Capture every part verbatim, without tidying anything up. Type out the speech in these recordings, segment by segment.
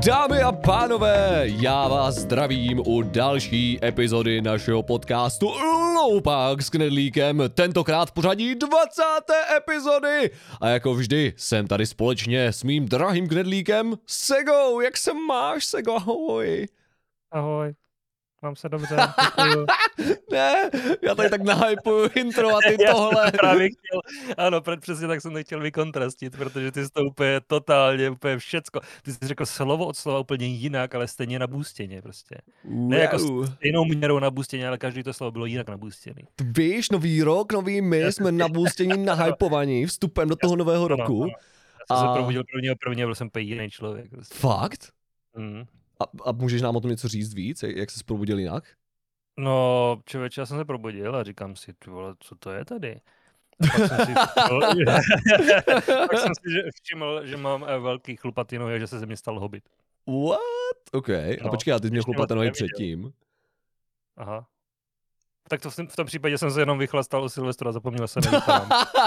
Dámy a pánové, já vás zdravím u další epizody našeho podcastu Loupák s Knedlíkem, tentokrát v pořadí dvacáté epizody. A jako vždy jsem tady společně s mým drahým Knedlíkem Segou. Jak se máš, Sego? Ahoj. Ahoj. Mám se dobře, děkuju. Ne, já tady tak nahypuju intro a ty tohle. Já jsem právě chtěl, ano, přesně tak jsem to chtěl vykontrastit, protože ty jsi to úplně totálně, úplně všecko. Ty jsi řekl slovo od slova úplně jinak, ale stejně na boostěně prostě. Ne jako Wow. stejnou měrou na boostěně, ale každý to slovo bylo jinak na boostění. Víš, nový rok, nový my, Já jsme naboostění, nahypovaní vstupem do toho nového Ano, roku. ano. Já jsem A- se probudil prvního prvního, byl jsem úplně jiný člověk. Prostě. Fakt? Mm. A, a můžeš nám o tom něco říct víc, jak, jak jsi probudil jinak? No, člověče, já jsem se probudil a říkám si, ty vole, co to je tady? A pak jsem si, pak jsem si že- všiml, že mám eh, velký chlupatý nohy a že se ze mě stal hobit. What? OK. A No, počkej, a ty jsi měl ještě chlupaté moc nohy neviděl. předtím? Aha. Tak to v, tom- v tom případě jsem se jenom vychlastal o Silvestru a zapomněl jsem nevypadám.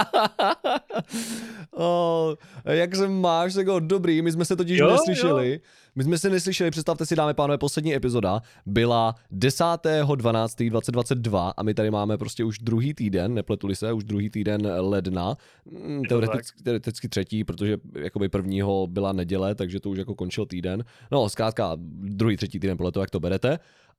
oh, jak se máš, Sego? Dobrý, my jsme se totiž Jo, neslyšeli. My jsme se neslyšeli, představte si, dáme pánové, poslední epizoda byla desátého dvanáctého dvacet dvacet dva a my tady máme prostě už druhý týden, nepletuli se, už druhý týden ledna. Mm, Je to Teoreticky, teoreticky třetí, protože jakoby prvního byla neděle, takže to už jako končil týden. No, zkrátka druhý, třetí týden podle toho, jak to berete.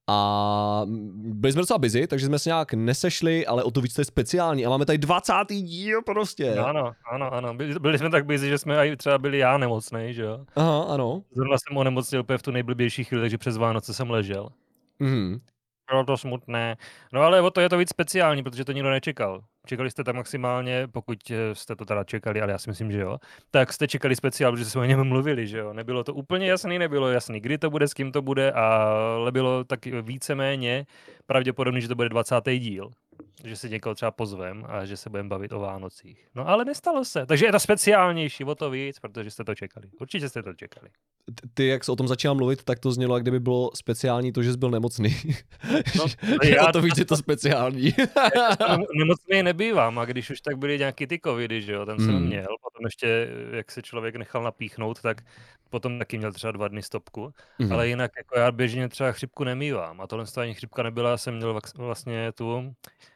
A byli jsme docela busy, takže jsme se nějak nesešli, ale o to víc to je speciální. A máme tady dvacátý díl prostě. No, ano, ano, ano. Byli, byli jsme tak busy, že jsme aj třeba byli já nemocnej, že jo. Aha, ano. Zrovna jsem onemocněl úplně v tu nejblbější chvíli, takže přes Vánoce jsem ležel. Mhm. Bylo to smutné. No ale o to je to víc speciální, protože to nikdo nečekal. Čekali jste tam maximálně, pokud eh, jste to teda čekali, ale já si myslím, že jo, tak jste čekali speciál, protože jsme o něm mluvili, že jo. Nebylo to úplně jasný, nebylo jasný, kdy to bude, s kým to bude, ale bylo tak víceméně pravděpodobně, že to bude dvacátý díl. Že si někoho třeba pozvem a že se budeme bavit o Vánocích. No ale nestalo se, takže je to speciálnější, o to víc, protože jste to čekali. Určitě jste to čekali. T- Ty, jak jsi o tom začal mluvit, tak to znělo, jak kdyby bylo speciální to, že jsi byl nemocný. No, Že já- o to víc je to speciální. Nem- Nemocný nebývám a když už tak byly nějaký ty covidy, že jo, ten jsem Mm. měl, potom ještě, jak se člověk nechal napíchnout, tak potom taky měl třeba dva dny stopku, Mhm. ale jinak jako já běžně třeba chřipku nemývám a tohle ani chřipka nebyla, já jsem měl vax- vlastně tu uh,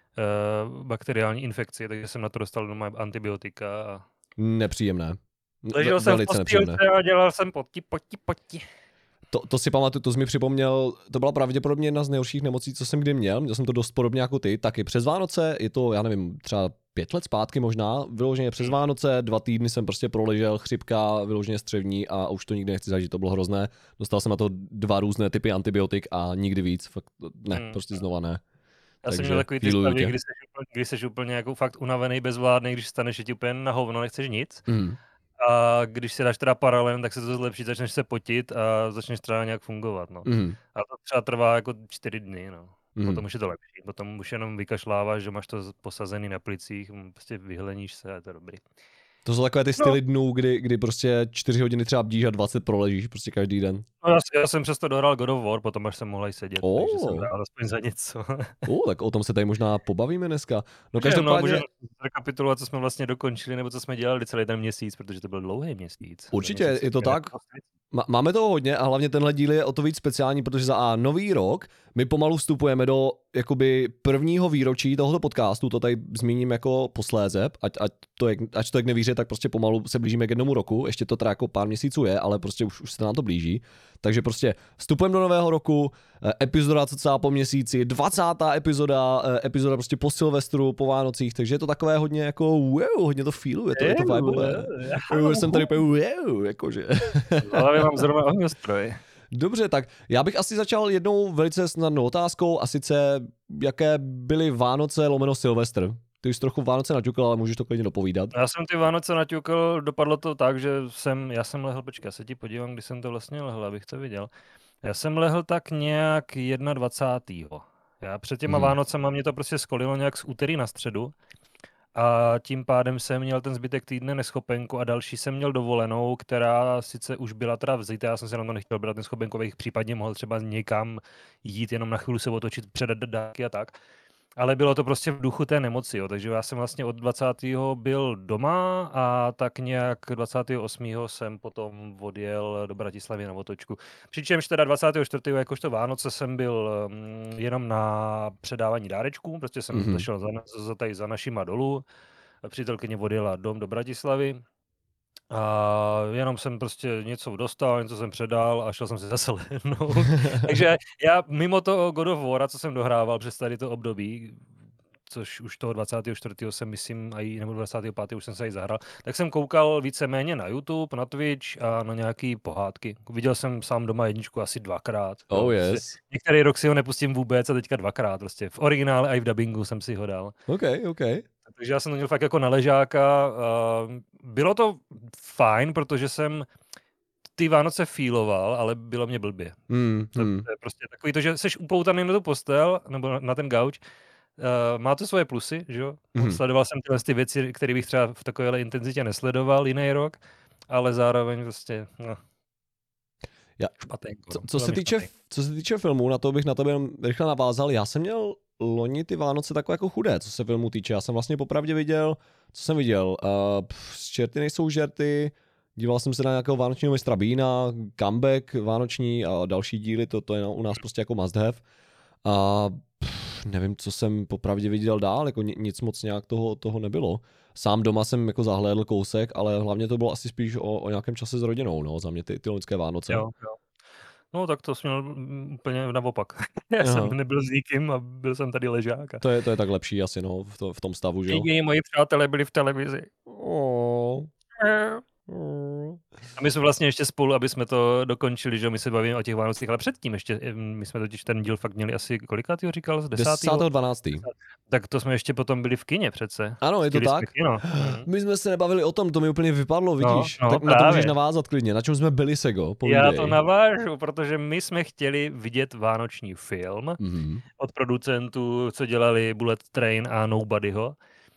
bakteriální infekci, takže jsem na to dostal doma antibiotika a Nepříjemné. ležel Ve- jsem v Velice nepříjemné. postýlce a dělal jsem poti, poti, poti. To, to si pamatuju, to jsi mi připomněl, to byla pravděpodobně jedna z nejhorších nemocí, co jsem kdy měl. Měl jsem to dost podobně jako ty, taky přes Vánoce, je to, já nevím, třeba pět let zpátky možná, vyloženě přes Vánoce, dva týdny jsem prostě proležel, chřipka, vyloženě střevní a už to nikdy nechci zažít, to bylo hrozné. Dostal jsem na to dva různé typy antibiotik a nikdy víc, fakt, ne, Hmm. prostě znova ne. Já jsem Takže měl takový ty healuju stavy, tě. kdy jsi, úplně, kdy jsi úplně jako fakt unavený, bezvládný, když staneš je ti úplně na hovno, nechceš nic. Mm. A když si dáš teda paralen, tak se to zlepší, začneš se potit a začneš třeba nějak fungovat, no. Mm. A to třeba trvá jako čtyři dny, no. Mm. Potom už je to lepší, potom už jenom vykašláváš, že máš to z- posazený na plicích, mm, prostě vyhleníš se a je to dobrý. To jsou takové ty styly dnů, kdy, kdy prostě čtyři hodiny třeba bdíš a dvacet proležíš prostě každý den. No já, já jsem přesto dohrál God of War, potom až jsem mohl i sedět, Oh. takže jsem dál aspoň za něco. O, tak o tom se tady možná pobavíme dneska. No No, každopádně, můžeme rekapitulovat, co jsme vlastně dokončili, nebo co jsme dělali celý ten měsíc, protože to byl dlouhý měsíc. Určitě, Ten měsíc je to jsme tak. dost věcí. má- máme toho hodně a hlavně tenhle díl je o to víc speciální, protože za A nový rok, my pomalu vstupujeme do jakoby prvního výročí tohoto podcastu, to tady zmíním jako posléze, ať, ať to, jak, ať to jak nevíře, tak prostě pomalu se blížíme k jednomu roku, ještě to teda jako pár měsíců je, ale prostě už, už se nám to blíží. Takže prostě vstupujeme do nového roku, eh, epizoda cca po měsíci, dvacátá epizoda, eh, epizoda prostě po Silvestru, po Vánocích, takže je to takové hodně jako wow, hodně to feeluje, to je to vibeové. Už jsem tady úplně wow, jakože. V hlavě mám zrovna ohňostroj. Dobře, tak já bych asi začal jednou velice snadnou otázkou a sice jaké byly Vánoce lomeno Silvestr. Ty už jsi trochu Vánoce naťukal, ale můžeš to klidně dopovídat. Já jsem ty Vánoce naťukal, dopadlo to tak, že jsem, já jsem lehl, počkej, já se ti podívám, kdy jsem to vlastně lehl, abych to viděl. Já jsem lehl tak nějak dvacátého prvního Já před těma Mhm. Vánocema mě to prostě skolilo nějak z úterý na středu a tím pádem jsem měl ten zbytek týdne neschopenku a další jsem měl dovolenou, která sice už byla teda vzita, já jsem se na to nechtěl brát neschopenku, abych případně mohl třeba někam jít, jenom na chvíli se otočit, předat dárky a tak. ale bylo to prostě v duchu té nemoci, jo. Takže já jsem vlastně od dvacátého byl doma a tak nějak dvacátého osmého jsem potom odjel do Bratislavy na otočku. Přičemž teda dvacátého čtvrtého jakožto Vánoce jsem byl um, jenom na předávání dárečků, prostě jsem Mhm. zašel za, za, tady za našima dolů, přítelkyně odjela dom do Bratislavy a jenom jsem prostě něco dostal, něco jsem předal a šel jsem si zase lehnout. Takže já mimo toho God of War, co jsem dohrával přes tady to období, což už toho dvacátého čtvrtého jsem myslím, aj, nebo dvacátého pátého už jsem se i zahrál, tak jsem koukal víceméně na YouTube, na Twitch a na nějaký pohádky. Viděl jsem sám doma jedničku asi dvakrát. Oh jo. yes. Některý rok si ho nepustím vůbec a teďka dvakrát. Prostě v originále a i v dabingu jsem si ho dal. OK, OK. Takže já jsem to měl fakt jako na ležáka. Bylo to fajn, protože jsem ty Vánoce feeloval, ale bylo mě blbě. Mm, To, mm. to je prostě takový to, že jsi upoutaný na tu postel nebo na, na ten gauč. Uh, má to svoje plusy, že jo? Mhm. Sledoval jsem tyhle ty věci, které bych třeba v takovéhle intenzitě nesledoval jiný rok, ale zároveň prostě, no, Já, špatenko. co, no. co, Bylo se mi týče, špatenko. co se týče filmů, na to bych na tebe jenom rychle navázal. Já jsem měl loni ty Vánoce takové jako chudé, co se filmu týče. Já jsem vlastně popravdě viděl, co jsem viděl, uh, pff, Čerty nejsou žerty, díval jsem se na nějakého vánočního mistra Beana, comeback vánoční a další díly, to, to je u nás prostě jako must have. A pff, nevím, co jsem popravdě viděl dál, jako nic moc nějak toho, toho nebylo. Sám doma jsem jako zahlédl kousek, ale hlavně to bylo asi spíš o, o nějakém čase s rodinou, no, za mě ty, ty loňské Vánoce. Jo, jo. No tak to jsem měl úplně naopak. Já Aha. jsem nebyl s nikým a byl jsem tady ležák. To je, to je tak lepší asi, no, v, to, v tom stavu, že jo? Jediní moji přátelé byli v televizi. Oh. A my jsme vlastně ještě spolu, aby jsme to dokončili, že my se bavíme o těch Vánocích, ale předtím ještě, my jsme totiž ten díl fakt měli asi, kolikátýho říkal? Z desátého? desátého dvanáctého Tak to jsme ještě potom byli v kině přece. Ano, je to Chtěli jsme tak. kino. My jsme se nebavili o tom, to mi úplně vypadlo, vidíš. No, no, tak na to právě. můžeš navázat klidně. Na čem jsme byli, Sego? Povídej. Já to navážu, protože my jsme chtěli vidět vánoční film Mm-hmm. od producentů, co dělali Bullet Train a Nobodyho.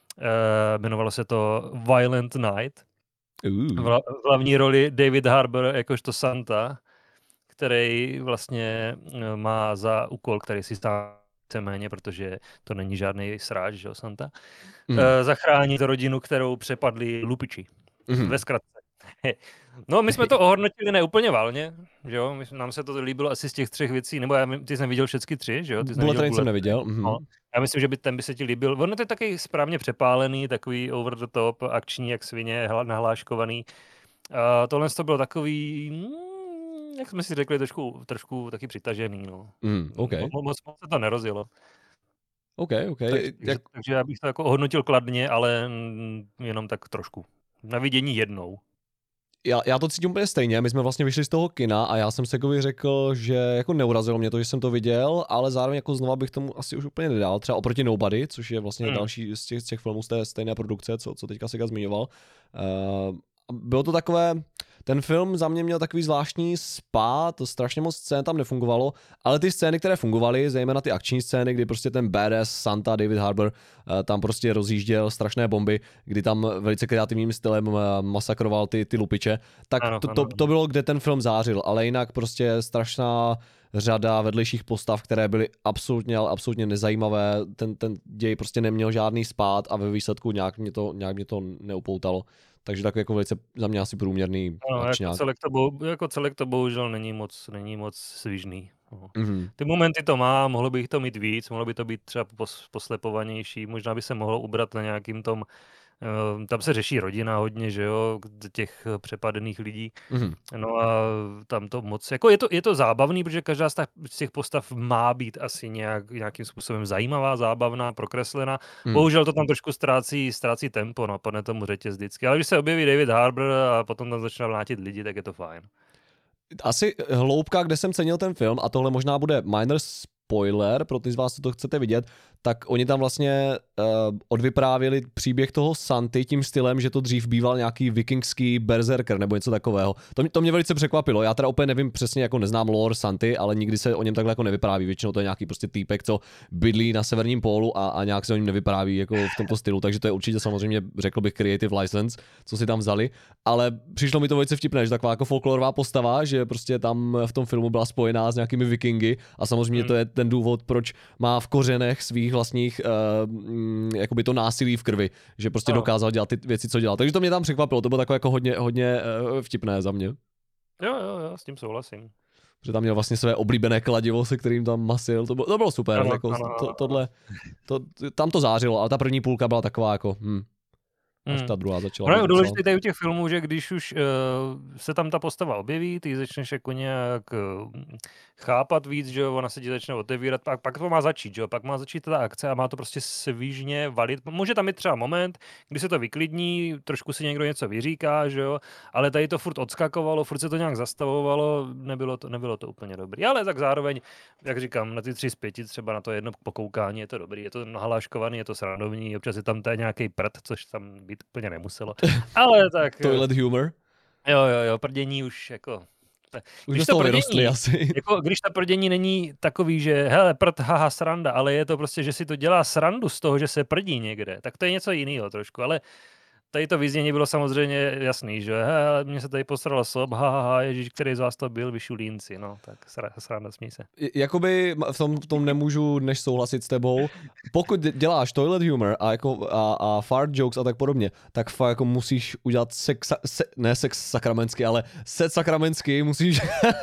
E, jmenovalo se to Violent Night. Uh. V, v hlavní roli David Harbour jakožto Santa, který vlastně má za úkol, který si stává méně, protože to není žádný sráč, že jo, Santa, Mm. e, zachránit rodinu, kterou přepadli lupiči. Mm. Ve zkratce. No, my jsme to ohodnotili neúplně valně, že jo, my, nám se to líbilo asi z těch třech věcí, nebo já, ty jsem viděl všechny tři, že jo? Ty Bullet Train jsem neviděl. Mm. No, já myslím, že by ten by se ti líbil. On je to taky správně přepálený, takový over the top, akční jak svině, nahláškovaný. Uh, tohle to bylo takový, mm, jak jsme si řekli, trošku, trošku taky přitažený, no. Mm, okay. Mo, moc, moc se to nerozjelo. OK, OK. Tak, Jak... takže, takže já bych to jako ohodnotil kladně, ale mm, jenom tak trošku. Na vidění jednou. Já, já to cítím úplně stejně, my jsme vlastně vyšli z toho kina a já jsem Segovi řekl, že jako neurazilo mě to, že jsem to viděl, ale zároveň jako znova bych tomu asi už úplně nedal, třeba oproti Nobody, což je vlastně hmm. další z těch, z těch filmů z té stejné produkce, co, co teďka Sega zmiňoval. Uh, bylo to takové, ten film za mě měl takový zvláštní spát, to strašně moc scén tam nefungovalo, ale ty scény, které fungovaly, zejména ty akční scény, kdy prostě ten badass Santa David Harbour uh, tam prostě rozjížděl strašné bomby, kdy tam velice kreativním stylem uh, masakroval ty, ty lupiče, tak ano, to, ano, to, ano. to bylo, kde ten film zářil, ale jinak prostě strašná řada vedlejších postav, které byly absolutně, ale absolutně nezajímavé, ten, ten děj prostě neměl žádný spát a ve výsledku nějak mě to, nějak mě to neupoutalo. Takže takový jako velice za mě asi průměrný no, akčňák. Jako celek, to bo, jako celek to bohužel není moc, není moc svižný. No. Mm-hmm. Ty momenty to má, mohlo by jich to mít víc, mohlo by to být třeba pos, poslepovanější, možná by se mohlo ubrat na nějakým tom, uh, tam se řeší rodina hodně, že jo, těch přepadených lidí. Mm-hmm. No a tam to moc, jako je to, je to zábavný, protože každá z těch postav má být asi nějak, nějakým způsobem zajímavá, zábavná, prokreslená. Hmm. Bohužel to tam trošku ztrácí, ztrácí tempo, no, padne tomu řetěz vždycky. Ale když se objeví David Harbour a potom tam začne vlátit lidi, tak je to fajn. Asi hloubka, kde jsem cenil ten film, a tohle možná bude minor spoiler pro ty z vás, co to chcete vidět, tak oni tam vlastně uh, odvyprávěli příběh toho Santy tím stylem, že to dřív býval nějaký vikingský berserker nebo něco takového. To, to mě velice překvapilo. Já teda úplně nevím přesně, jako neznám lore Santy, ale nikdy se o něm takhle jako nevypráví. Většinou to je nějaký prostě týpek, co bydlí na severním pólu a, a nějak se o něm nevypráví jako v tomto stylu, takže to je určitě samozřejmě, řekl bych, creative license, co si tam vzali, ale přišlo mi to velice vtipné, že taková jako folklorová postava, že prostě tam v tom filmu byla spojená s nějakými vikingy a samozřejmě hmm. to je ten ten důvod, proč má v kořenech svých vlastních uh, jakoby to násilí v krvi, že prostě ano. dokázal dělat ty věci, co dělal. Takže to mě tam překvapilo, to bylo takové jako hodně, hodně uh, vtipné za mě. Jo, jo, jo, s tím souhlasím. Že tam měl vlastně své oblíbené kladivo, se kterým tam masil, to bylo, to bylo super, ano, jako, ano, to, tohle, to, tam to zářilo, ale ta první půlka byla taková jako, hm, až Hmm. ta druhá začala. No je důležité tady u těch filmů, že když už uh, se tam ta postava objeví, ty ji začneš jako nějak uh, chápat víc, že jo, ona se ti začne otevírat, pak, pak to má začít, že jo, pak má začít ta akce a má to prostě svížně valit. Může tam být třeba moment, kdy se to vyklidní, trošku si někdo něco vyříká, že jo, ale tady to furt odskakovalo, furt se to nějak zastavovalo, nebylo to, nebylo to úplně dobrý. Ale tak zároveň, jak říkám, na ty tři z pěti třeba na to jedno pokoukání je to dobrý, je to nahaláškovaný, je to srandovní, občas je tam tady nějaký prd, což tam být úplně nemuselo. Ale tak... Toilet humor? Jo, jo, jo, prdění už jako... Už když to prdění, asi. Jako, když ta prdění není takový, že hele, prd, haha, sranda, ale je to prostě, že si to dělá srandu z toho, že se prdí někde, tak to je něco jiného trošku, ale tady to vyznění bylo samozřejmě jasný, že hele, mě se tady posralo sob, haha, ha, ježíš, který z vás to byl, vyšulínci, no, tak sranda, smí se. Jakoby v tom, v tom nemůžu než souhlasit s tebou. Pokud děláš toilet humor a, jako, a, a fart jokes a tak podobně, tak fakt jako musíš udělat sex, se, ne sex sakramentsky, ale set sakramentsky, musíš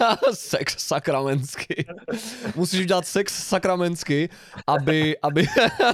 sex sakramentsky, musíš udělat sex sakramentsky, aby, aby,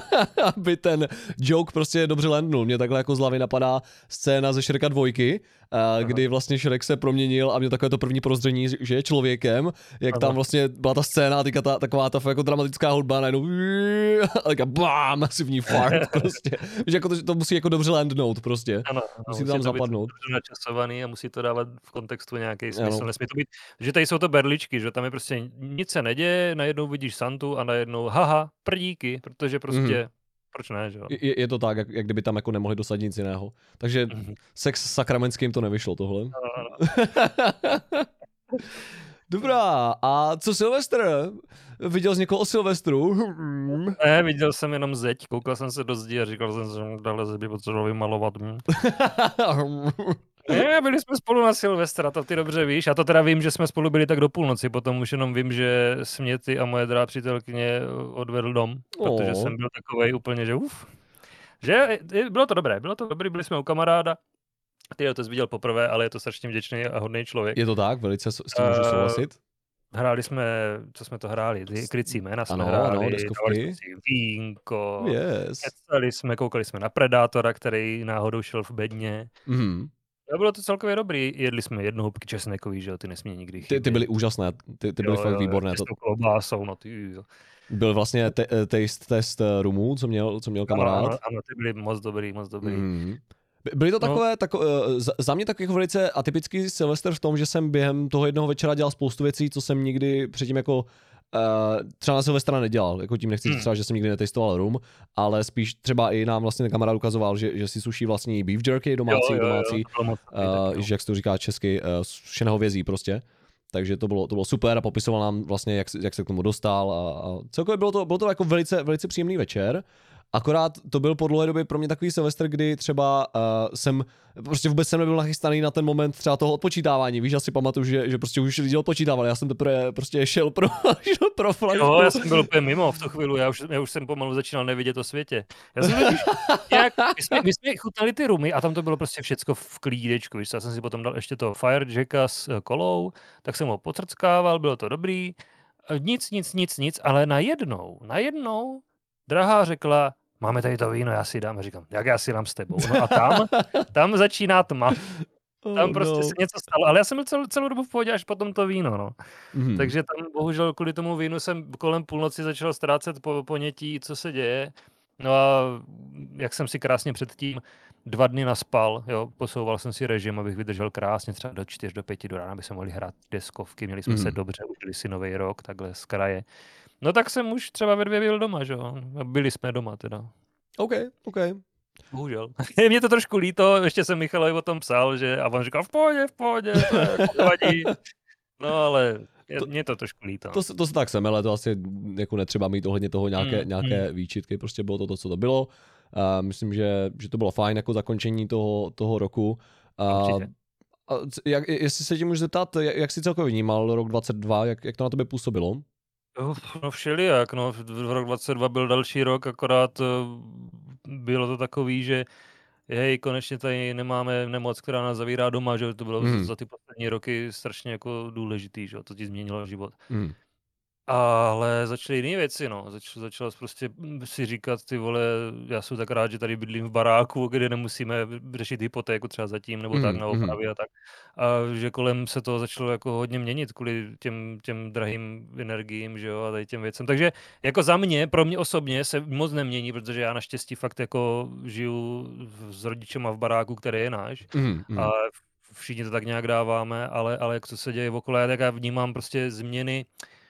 aby ten joke prostě dobře landnul. Mě takhle jako z hlavy napadá scéna ze Shreka dvojky, kdy vlastně Shrek se proměnil a měl takové to první prozření, že je člověkem, jak Aha. tam vlastně byla ta scéna, týka ta, taková ta jako dramatická hudba, najednou a taká bám, masivní fart prostě. Že jako to, to musí jako dobře landnout prostě. Ano, musí to tam zapadnout. Musí to být načasovaný a musí to dávat v kontextu nějaký smysl. Nesmí to být, že tady jsou to berličky, že tam je prostě nic se neděje, najednou vidíš Santu a najednou haha, prdíky, protože prostě mm. Proč ne, že jo? Je, je to tak, jak, jak kdyby tam jako nemohli dosadit nic jiného. Takže mm-hmm. sex s sakramentským to nevyšlo tohle. No, no. Dobrá, a co Silvestr? Viděl jsi někoho o Silvestru? Ne, viděl jsem jenom zeď, koukal jsem se do zdi a říkal jsem, že dále zeď by potřeboval vymalovat. Ne, byli jsme spolu na Silvestra, to ty dobře víš. A to teda vím, že jsme spolu byli tak do půlnoci, potom už jenom vím, že jsi mě ty a moje drahá přítelkyně odvedl dom, protože oh. jsem byl takovej úplně, že uf. Že bylo to dobré, bylo to dobré, byli jsme u kamaráda. Ty to jsi viděl poprvé, ale je to strašně vděčný a hodný člověk. Je to tak, velice s tím můžu souhlasit. Uh, hráli jsme, co jsme to hráli, ty krycí jména jsme ano, hráli, ano, deskovky. vínko, yes. kecali jsme, koukali jsme na Predátora, který náhodou šel v bedně. Mhm. A bylo to celkově dobrý, jedli jsme jednohubky česnekový, že jo, ty nesmí nikdy chybět. Ty, ty byly úžasné, ty, ty byly jo, fakt jo, výborné. Jo, to... klobásou, no ty jo. Byl vlastně te, taste test rumů, co měl, co měl kamarád. Ano, ano, ty byly moc dobrý, moc dobrý. Mm. Byly to takové, no. tako, za mě tak jako velice atypický Silvestr v tom, že jsem během toho jednoho večera dělal spoustu věcí, co jsem nikdy předtím jako Uh, třeba na Silvestra nedělal, jako tím nechci hmm. třeba, že jsem nikdy netestoval rum, ale spíš třeba i nám vlastně kamarád ukazoval, že, že si suší vlastní beef jerky domácí, jo, jo, domácí, jo, moc, uh, že jak se to říká česky, uh, sušené hovězí prostě. Takže to bylo, to bylo super a popisoval nám vlastně, jak, jak se k tomu dostal a, a celkově bylo to, bylo to jako velice, velice příjemný večer. Akorát to byl po dlouhé době pro mě takový Silvestr, kdy třeba uh, jsem prostě vůbec jsem nebyl nachystaný na ten moment třeba toho odpočítávání. Víš, já si pamatuju, že, že prostě už lidi odpočítávali. Já jsem teprve prostě šel pro, šel pro flašku. Jo, já jsem byl úplně mimo v tu chvíli. Já už, já už jsem pomalu začínal nevidět o světě. Já jsem byl, víš, jak, my, jsme, my jsme chutnali ty rumy a tam to bylo prostě všecko v klídečku. Víš, já jsem si potom dal ještě to Firejacka s kolou, tak jsem ho pocrckával, bylo to dobrý. Nic, nic, nic, nic, ale najednou, najednou drahá řekla, máme tady to víno, já si dám. A říkám, jak já si dám s tebou? No a tam, tam začíná tma. Tam oh, prostě no. se něco stalo. Ale já jsem byl celou, celou dobu v pohodě až potom to víno, no. Mm. Takže tam bohužel kvůli tomu vínu jsem kolem půlnoci začal ztrácet po, ponětí, co se děje. No a jak jsem si krásně předtím dva dny naspal, jo, posouval jsem si režim, abych vydržel krásně třeba do čtyř, do pěti do rána, aby jsme mohli hrát deskovky, měli jsme mm. se dobře, užili si nový rok, takhle z kraje. No tak jsem už třeba ve dvě byl doma, že jo. Byli jsme doma teda. OK, OK. Bohužel. Mě to trošku líto, ještě jsem Michalovi o tom psal, že a on říkal v pohodě, v pohodě, to je vadí. No ale je, to, mě to trošku líto. To, to se tak sem, ale to asi jako netřeba mít ohledně toho nějaké, mm, nějaké mm. výčitky, prostě bylo to to, co to bylo. Uh, myslím, že, že to bylo fajn jako zakončení toho, toho roku. Uh, a jak, jestli se tě můžu zeptat, jak, jak jsi celkově vnímal rok dvacet dva, jak, jak to na tebe působilo? No, no všelijak, no. V rok dvacet dva byl další rok, akorát bylo to takový, že hej, konečně tady nemáme nemoc, která nás zavírá doma, že to bylo Mm. za ty poslední roky strašně jako důležitý, že to ti změnilo život. Mm. Ale začaly jiné věci, no. Zač, začal prostě si říkat, ty vole, já jsem tak rád, že tady bydlím v baráku, kde nemusíme řešit hypotéku třeba zatím, nebo tak, Mm. na Mm. opravy a tak. A že kolem se to začalo jako hodně měnit kvůli těm, těm drahým energiím, že jo, a tady těm věcem. Takže jako za mě, pro mě osobně se moc nemění, protože já naštěstí fakt jako žiju s rodičema v baráku, který je náš. Mm. A Mm. všichni to tak nějak dáváme, ale, ale jak to se děje okolo, já tak já vnímám prostě změny,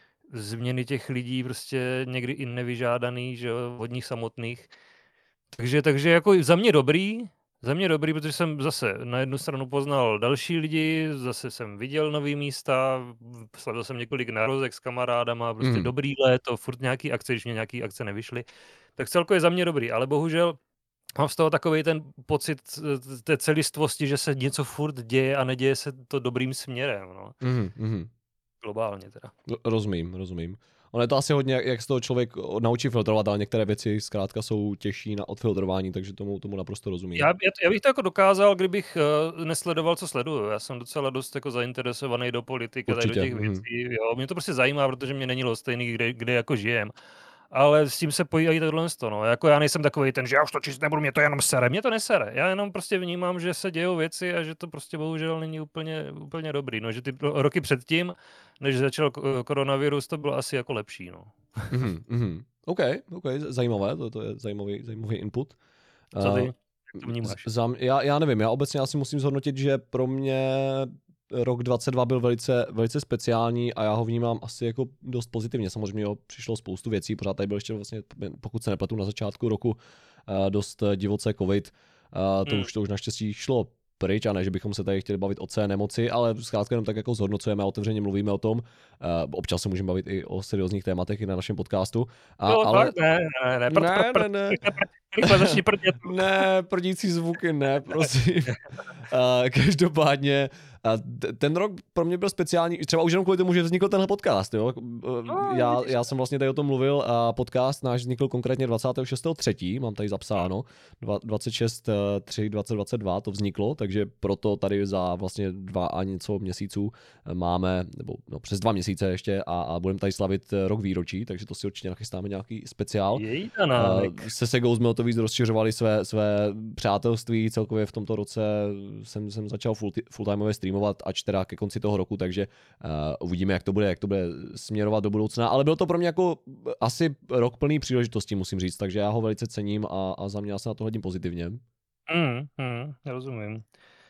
změny těch lidí prostě někdy i nevyžádaný, že jo, od nich samotných. Takže, takže jako za mě dobrý, za mě dobrý, protože jsem zase na jednu stranu poznal další lidi, zase jsem viděl nový místa, slavil jsem několik narozek s kamarádama, prostě Mm. dobrý léto, furt nějaký akce, když mě nějaký akce nevyšly. Tak celkově za mě dobrý, ale bohužel mám z toho takový ten pocit té celistvosti, že se něco furt děje a neděje se to dobrým směrem, no. Mm. Mm. Globálně teda. Rozumím, rozumím. Ono je to asi hodně, jak se toho člověk naučí filtrovat, ale některé věci zkrátka jsou těžší na odfiltrování, takže tomu, tomu naprosto rozumím. Já, já bych to jako dokázal, kdybych uh, nesledoval, co sleduju. Já jsem docela dost jako zainteresovaný do politiky, tady do Určitě. těch věcí. Jo. Mě to prostě zajímá, protože mě není lhostejný, kde, kde jako žijem. Ale s tím se pojí i tohle. No. Jako já nejsem takový ten, že já už to číst nebudu, mě to jenom sere. Mě to nesere. Já jenom prostě vnímám, že se dějou věci a že to prostě bohužel není úplně, úplně dobrý. No. Že ty roky předtím, než začal koronavirus, to bylo asi jako lepší. No. Mm, mm. OK, OK, zajímavé, to, to je zajímavý, zajímavý input. Co ty? Uh, Jak to vnímáš? za, já, já nevím, já obecně asi musím zhodnotit, že pro mě rok dvacet dva byl velice, velice speciální a já ho vnímám asi jako dost pozitivně. Samozřejmě jo, přišlo spoustu věcí, pořád tady byl ještě vlastně, pokud se nepletu, na začátku roku uh, dost divoce covid. Uh, to, Hmm. už, to už naštěstí šlo pryč a ne, že bychom se tady chtěli bavit o celé nemoci, ale zkrátka jenom tak jako zhodnocujeme a otevřeně mluvíme o tom. Uh, občas se můžeme bavit i o seriózních tématech i na našem podcastu. A, No, ale... fakt, ne, ne, ne, prd, ne, prd, prd, ne, ne. Rychle začni prdět. Ne, prdící zvuky, ne, prosím. Uh, každopádně, uh, ten rok pro mě byl speciální, třeba už jenom kvůli tomu, že vznikl tenhle podcast. Jo? Uh, No, já, vidíš. já jsem vlastně tady o tom mluvil a podcast náš vznikl konkrétně dvacátého šestého třetího mám tady zapsáno, dvacet šest tři dvacet dvacet dva to vzniklo, takže proto tady za vlastně dva a něco měsíců máme, nebo no, přes dva měsíce ještě a, a budeme tady slavit rok výročí, takže to si určitě nachystáme nějaký speciál. Jejdanánek. Uh, se Segou jsme o to víc rozšiřovali své, své přátelství, celkově v tomto roce jsem, jsem začal full, fulltimeově streamovat, ač teda ke konci toho roku, takže uh, uvidíme, jak to bude, jak to bude směrovat do budoucna, ale byl to pro mě jako asi rok plný příležitostí, musím říct, takže já ho velice cením a, a za mě já se na to hledím pozitivně. Mm, mm, rozumím.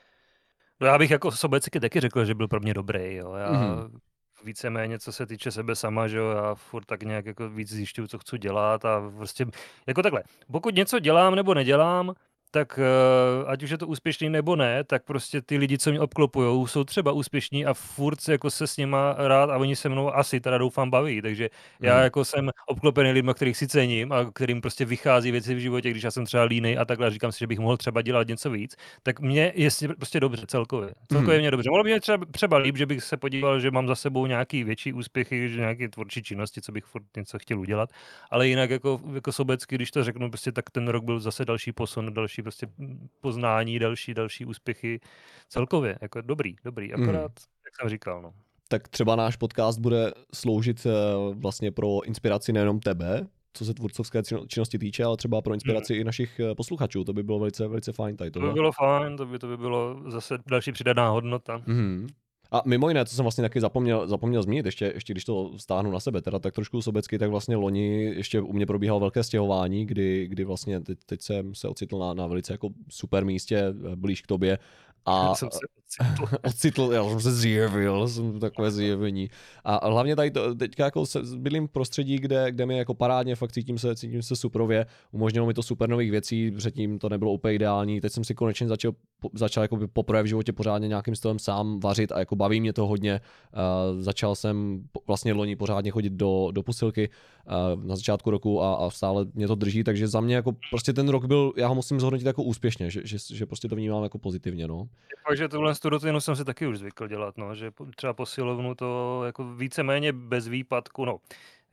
No já bych jako sobecky taky řekl, že byl pro mě dobrý, jo. Já Mhm. víceméně, co se týče sebe sama, že jo, já furt tak nějak jako víc zjišťuju, co chci dělat a prostě jako takhle. Pokud něco dělám nebo nedělám, tak uh, ať už je to úspěšný nebo ne, tak prostě ty lidi, co mě obklopujou, jsou třeba úspěšní a furt se jako se s nima rád a oni se mnou asi teda doufám baví, takže já Mhm. jako jsem obklopený lidmi, kterých si cením a kterým prostě vychází věci v životě, když já jsem třeba línej a takhle říkám si, že bych mohl třeba dělat něco víc, tak mě je s- prostě dobře celkově. Celkově Mhm. mě dobře. Mohlo by mě třeba, třeba líp, že bych se podíval, že mám za sebou nějaký větší úspěchy, že nějaké tvůrčí činnosti, co bych furt něco chtěl udělat, ale jinak jako, jako sobecky, když to řeknu, prostě tak ten rok byl zase další posun, další prostě poznání, další, další úspěchy celkově, jako dobrý, dobrý, akorát, Mhm. jak jsem říkal, no. Tak třeba náš podcast bude sloužit uh, vlastně pro inspiraci nejenom tebe, co se tvůrcovské činnosti týče, ale třeba pro inspiraci hmm. i našich posluchačů. To by bylo velice, velice fajn tady To tohle. by bylo fajn, to by, to by bylo zase další přidaná hodnota. Mm-hmm. A mimo jiné, co jsem vlastně taky zapomněl, zapomněl zmínit, ještě, ještě když to stáhnu na sebe, teda tak trošku sobecky, tak vlastně loni ještě u mě probíhalo velké stěhování, kdy, kdy vlastně teď, teď jsem se ocitl na, na velice jako super místě, blíž k tobě. A Já jsem se ocitl. ocitl, já jsem se zjevil, jsem takové zjevení. A hlavně tady to, teďka jako se, bydlím v prostředí, kde, kde mi jako parádně fakt cítím se, cítím se superově, umožnilo mi to super nových věcí, předtím to nebylo úplně ideální, teď jsem si konečně začal, začal jako poprvé v životě pořádně nějakým stylem sám vařit a jako baví mě to hodně. Uh, začal jsem vlastně loni pořádně chodit do, do posilky uh, na začátku roku a, a stále mě to drží, takže za mě jako prostě ten rok byl, já ho musím zhodnotit jako úspěšně, že, že, že prostě to vnímám jako pozitivně, no. Takže tuhle tu rutinu jsem si taky už zvykl dělat, no, že třeba posilovnu to jako víceméně bez výpadku, no.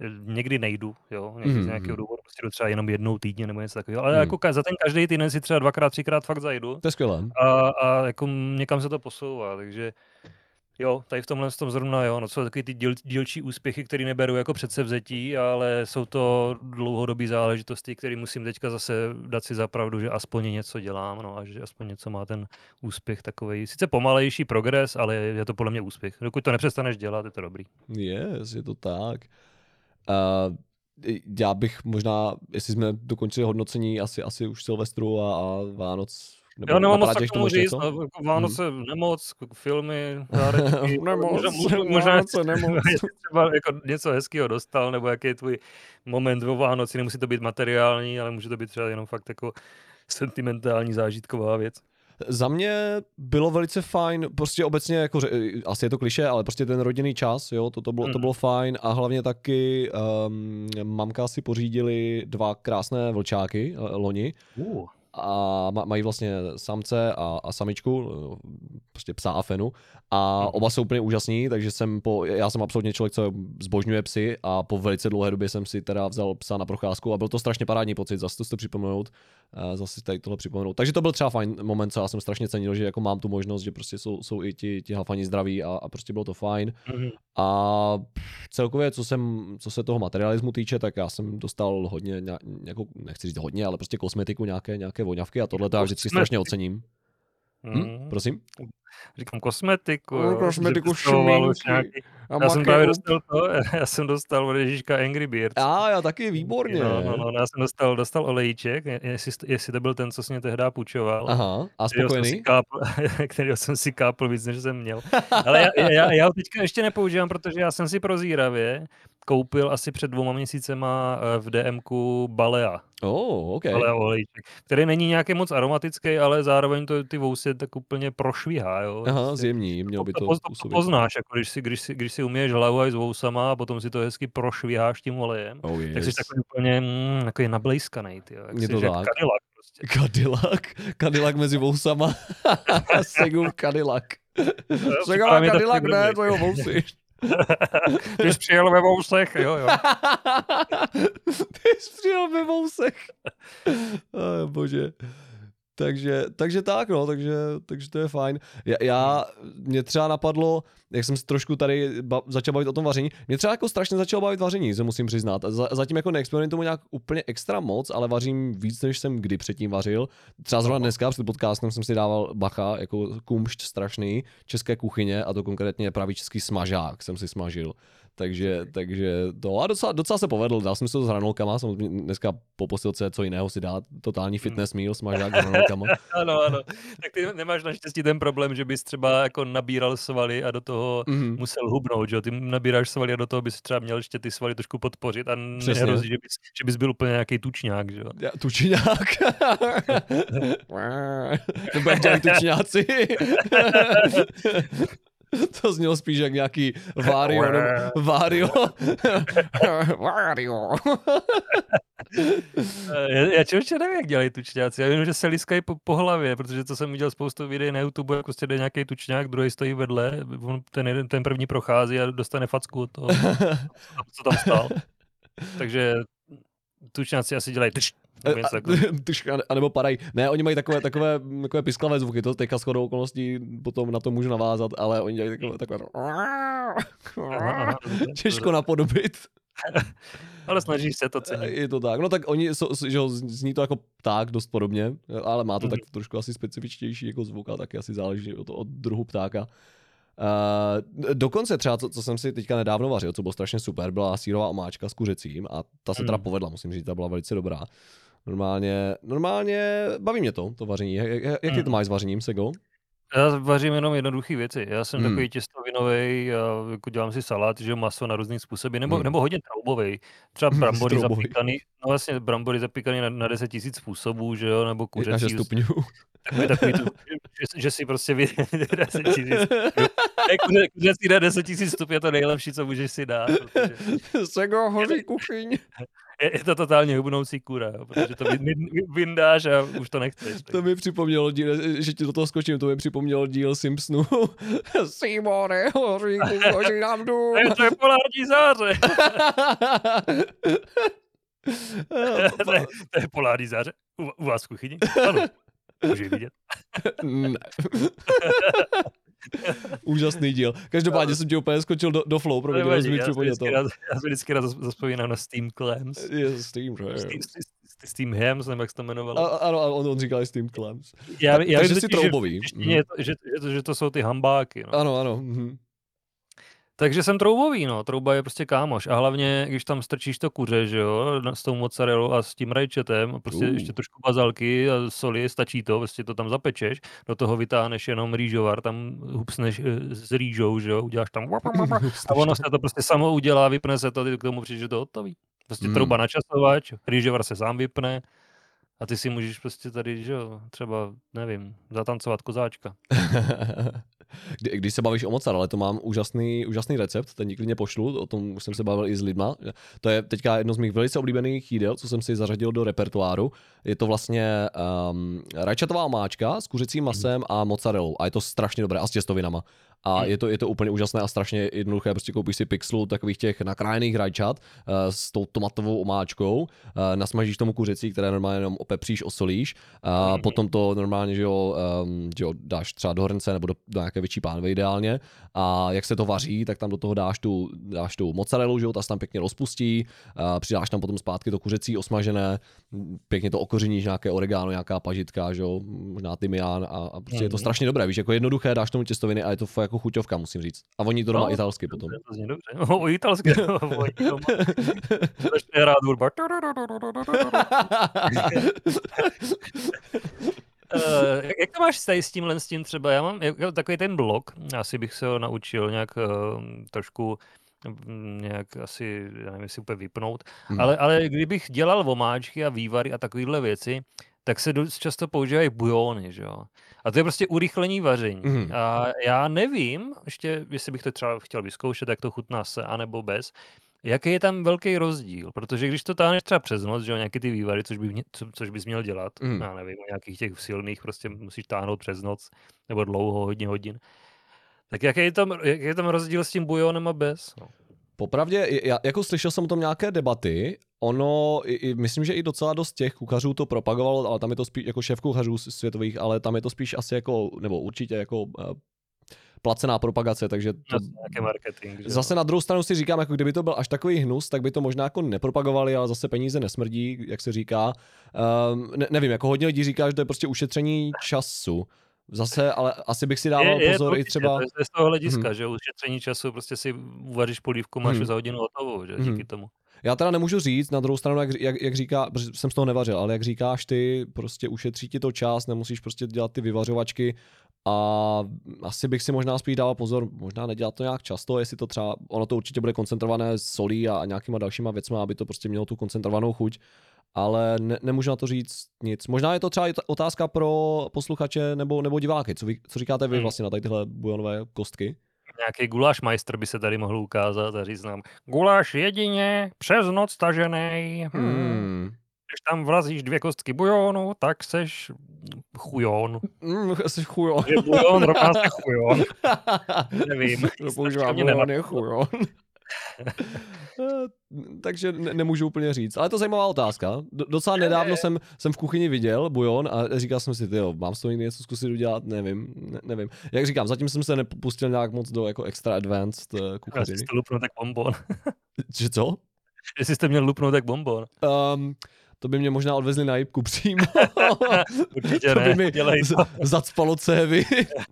někdy nejdu, jo, někdy z nějakého Mhm. důvodu prostě jdu třeba jenom jednou týdně nebo něco takového, ale Hmm. jako ka za ten každý týden si třeba dvakrát, třikrát fakt zajdu To je skvělé. a a jako někam se to posouvá, takže jo, tady v tomhle tom zrovna jo, no jsou takový ty díl dílčí úspěchy, který neberu jako předsevzetí, ale jsou to dlouhodobý záležitosti, které musím teďka zase dát si za pravdu, že aspoň něco dělám, no a že aspoň něco má ten úspěch takovej, sice pomalejší progres, ale je to podle mě úspěch. Dokud to nepřestaneš dělat, je to dobrý. Yes, je to tak. Uh, já bych možná, jestli jsme dokončili hodnocení asi, asi už Silvestru a, a Vánoc, nebo Já nemám moc napadá tak tě k k tomu tomu ještě říct, něco? no, jako Vánoce nemoc, k- filmy, dárečky, Nemoc, možná, možná, možná Vánoce jestli nemoc. jestli třeba jako něco hezkého dostal, nebo jaký je tvůj moment o Vánoci, nemusí to být materiální, ale může to být třeba jenom fakt jako sentimentální zážitková věc. Za mě bylo velice fajn, prostě obecně, jako, ře- asi je to klišé, ale prostě ten rodinný čas, jo, to, to, bylo, to Mhm. bylo fajn a hlavně taky um, mamka si pořídili dva krásné vlčáky eh, loni Uh. a ma- mají vlastně samce a, a samičku, eh, prostě psa a fenu a Mhm. oba jsou úplně úžasní, takže jsem po, já jsem absolutně člověk, co zbožňuje psy a po velice dlouhé době jsem si teda vzal psa na procházku a byl to strašně parádní pocit, zase to si to připomenout, eh, zase tady tohle připomenout. Takže to byl třeba fajn moment, co já jsem strašně cenil, že jako mám tu možnost, že prostě jsou, jsou i ti, ti hafani zdraví a, a prostě bylo to fajn. Mhm. A celkově, co, jsem, co se toho materialismu týče, tak já jsem dostal hodně, ně- nějakou, nechci říct hodně, ale prostě kosmetiku, nějaké, nějaké voňavky a tohle to já vždycky strašně ocením. Hm? Mhm. Prosím? Říkám kosmetiku, No, jo, kosmetiku, že představoval už šminky nějaký. a Já jsem právě makeup. dostal to, já jsem dostal od Ježíška Angry Birds. A já taky, výborně. No, no, no, já jsem dostal, dostal olejček, je- jestli, jestli to byl ten, co jsi mě tehdy půjčoval. Aha, a Kterýho jsem si spokojený? kápl, kterýho jsem si kápl víc, než jsem měl. Ale já, já, já ho teďka ještě nepoužívám, protože já jsem si prozíravě koupil asi před dvouma měsícema eh, v DMku Balea. Oh, OK. Balea olejček, který není nějaký moc aromatický, ale zároveň to ty vousy tak úplně prošvihá, jo. Aha, Prostě zjemní, mělo by to, to to, to, to působit. poznáš, jako když si, když si, když si umyješ hlavu aj s vousama a potom si to hezky prošviháš tím olejem, Oh, tak jsi yes. takový úplně mm, takový nablejskanej, tyjo. Jak Je jsi to jak tak. Cadillac prostě. Cadillac, Cadillac mezi vousama. Segův Cadillac. připadá Segá mi Cadillac, takový ne, dobrý. to jeho vousy. Ty jsi přijel ve vousech, jo, jo. Ty jsi přijel ve vousech. Oh, bože. Takže, takže tak, no, takže, takže to je fajn. Já, já, mě třeba napadlo, jak jsem se trošku tady ba- začal bavit o tom vaření, mě třeba jako strašně začalo bavit vaření, se musím přiznat. Za, zatím jako neexperimentuju nějak úplně extra moc, ale vařím víc, než jsem kdy předtím vařil. Třeba zrovna dneska před podcastem jsem si dával bacha, jako kumšt strašný české kuchyně, a to konkrétně pravý český smažák jsem si smažil. Takže, takže to a docela, docela se povedl, dal jsem si to s hranolkama, samozřejmě dneska po posilce co jiného si dát, totální fitness meal, smažák s hranolkama. Ano, ano. Tak ty nemáš naštěstí ten problém, že bys třeba jako nabíral svaly a do toho Mhm. musel hubnout, že jo? Ty nabíráš svaly a do toho bys třeba měl ještě ty svaly trošku podpořit a Přesně. nehrozí, že bys, že bys byl úplně nějaký tučňák, že jo? Já, tučňák. Nebo jak dělají tučňáci. To znělo spíš jak nějaký Vario, nebo Vario. Vario. Já, já čeště nevím, jak dělají tučňáci. Já vím, že se liskají po, po hlavě, protože to jsem viděl spoustu videí na YouTube, jak prostě jde nějaký tučňák, druhý stojí vedle, on ten, jeden, ten první prochází a dostane facku od toho, co tam stál. Takže tučňáci asi dělají tš, nebo něco takového. A nebo padají. Ne, oni mají takové, takové, takové pisklavé zvuky, to teďka shodou okolností potom na to můžu navázat, ale oni dělají takové, takové to... Aha, aha, Těžko napodobit. Ale snažíš se to cenit. Je to tak. No tak oni, jsou, že jo, zní to jako pták dost podobně, ale má to tak trošku asi specifičtější jako zvuk a taky asi záleží od, od druhu ptáka. Uh, dokonce třeba, co, co jsem si teďka nedávno vařil, co bylo strašně super, byla sýrová omáčka s kuřecím a ta se teda povedla, musím říct, ta byla velice dobrá. Normálně, normálně baví mě to, to vaření. Jak, jak, jak ty to máš s vařením, Sego? Já vařím jenom jednoduché věci. Já jsem Hmm. takový těstovinový, jako dělám si salát, že jo, maso na různý způsoby, nebo, Hmm. nebo hodně troubový. Třeba brambory Troubový. zapíkaný, no vlastně brambory zapíkaný na, na deset tisíc způsobů, že jo, nebo Na kuřecí. šest stupňů. Takový, takový tu, že, že si prostě vy deset tisíc kuřecí na deset tisíc stupňů je to nejlepší, co můžeš si dát. Protože... Sego hoří kuchyň. je, je to totálně hubnoucí kura, jo, protože to vy, vy, vyndáš a už to nechceš. To mi připomnělo díl, že ti do toho skočím, to mi připomnělo díl Simpsonu. Simone, hoříku, hoří nám jdu. To je polární záře. to, je, to je polární záře. U, u vás v kuchyni? Ano. Můžeš vidět. Ne. Úžasný díl. Každopádně jsem ti úplně skočil do, do flow, protože já, jsem mi připomněl to. Já se vždycky rád zaspomínám na Steam Clams. Je Steam, že? Steam, Steam Hams, nebo jak se to jmenovalo. Ano, ano, on, on říkal Steam Clams. Já, Ta, já takže vím, jsi že, troubový. Že, mm. že, že, že, že to jsou ty hambáky. No. Ano, ano. Mhm. Takže jsem troubový, no. Trouba je prostě kámoš. A hlavně, když tam strčíš to kuře, že jo, s tou mozzarellou a s tím rajčetem, prostě uh. ještě trošku bazalky a soli, stačí to, prostě to tam zapečeš, do toho vytáhneš jenom rýžovar, tam hupsneš s rýžou, že jo, uděláš tam a ono se to prostě samo udělá, vypne se to, ty k tomu přijdeš, že to hotový. Prostě mm. trouba na časovač, rýžovar se sám vypne a ty si můžeš prostě tady, že jo, třeba, nevím, zatancovat kozáčka. Kdy, když se bavíš o mozzarelle, to mám úžasný, úžasný recept, ten ti klidně pošlu, o tom už jsem se bavil i s lidma. To je teďka jedno z mých velice oblíbených jídel, co jsem si zařadil do repertoáru. Je to vlastně um, rajčatová omáčka s kuřecím masem a mozzarellou a je to strašně dobré a s těstovinama. A je to, je to úplně úžasné a strašně jednoduché, prostě koupíš si pixlu takových těch nakrájených rajčat uh, s tou tomatovou omáčkou, uh, nasmažíš tomu kuřecí, které normálně jenom opepříš, osolíš, a mm-hmm. potom to normálně, že jo, um, že jo, dáš třeba do hrnce nebo do, do nějaké větší pánve ideálně a jak se to vaří, tak tam do toho dáš tu, dáš tu mozzarellu, že jo, ta se tam pěkně rozpustí, uh, přidáš tam potom zpátky to kuřecí osmažené, pěkně to okořeníš, nějaké oregano, nějaká pažitka, že jo, možná tymián a, a prostě mm-hmm. je to strašně dobré, víš, jako jednoduché, dáš tomu těstoviny a je to fakt jako chuťovka, musím říct. A oni to doma no, italsky potom. To zní dobře. O, italsky. Oni doma. Ještě rád hudba. Uh, jak to máš s tímhle s tím třeba? Já mám jako takový ten blog, asi bych se ho naučil nějak uh, trošku nějak asi, já nevím, si úplně vypnout, hmm. ale, ale kdybych dělal omáčky a vývary a takovéhle věci, tak se dost často používají bujony, že jo. A to je prostě urychlení vaření. Mm. A já nevím, ještě, jestli bych to třeba chtěl vyzkoušet, jak to chutná se, anebo bez, jaký je tam velký rozdíl, protože když to táhneš třeba přes noc, že jo, nějaký ty vývary, což, by, co, což bys měl dělat, mm. já nevím, o nějakých těch silných prostě musíš táhnout přes noc, nebo dlouho, hodně hodin, tak jaký je tam, jaký je tam rozdíl s tím bujonem a bez? No. Popravdě, já jako slyšel jsem o tom nějaké debaty, ono, i, myslím, že i docela dost těch kuchařů to propagovalo, ale tam je to spíš jako šéf kuchařů světových, ale tam je to spíš asi jako, nebo určitě jako uh, placená propagace, takže to... Nějaký marketing. Že zase na druhou stranu si říkám, jako kdyby to byl až takový hnus, tak by to možná jako nepropagovali, ale zase peníze nesmrdí, jak se říká. Um, ne, nevím, jako hodně lidí říká, že to je prostě ušetření času. Zase, ale asi bych si dával je, pozor je, i třeba... To je z toho hlediska, hmm. že ušetření času, prostě si uvaříš polívku, máš hmm. za hodinu hotovou, že díky hmm. tomu. Já teda nemůžu říct, na druhou stranu, jak, jak, jak říká, protože jsem z toho nevařil, ale jak říkáš ty, prostě ušetří ti to čas, nemusíš prostě dělat ty vyvařovačky a asi bych si možná spíš dával pozor, možná nedělat to nějak často, jestli to třeba, ono to určitě bude koncentrované solí a nějakýma dalšíma věcmi, aby to prostě mělo tu koncentrovanou chuť. Ale ne, nemůžu na to říct nic. Možná je to třeba otázka pro posluchače nebo, nebo diváky. Co, vy, co říkáte vy vlastně na tady tyhle bujonové kostky? Nějaký guláš majster by se tady mohl ukázat a říct nám, guláš jedině přes noc tažený. Hmm. Hmm. Když tam vrazíš dvě kostky bujonu, tak seš chujon. Mm, jsi chujon. Je bujon, rovná se chujon. Nevím. To používá bujon, je chujon. Takže ne, nemůžu úplně říct. Ale to je zajímavá otázka. Do, docela nedávno jsem, jsem v kuchyni viděl bujon a říkal jsem si, tyjo, mám s toho někdy něco zkusit udělat? Nevím, ne, nevím. Jak říkám, zatím jsem se nepustil nějak moc do jako extra advanced uh, kuchařiny. Jestli jste lupnout tak bonbon. Že co? Jestli jste měl lupnout tak bonbon. Um, to by mě možná odvezli na jipku přímo. Určitě to ne, by mi z, zacpalo cévy.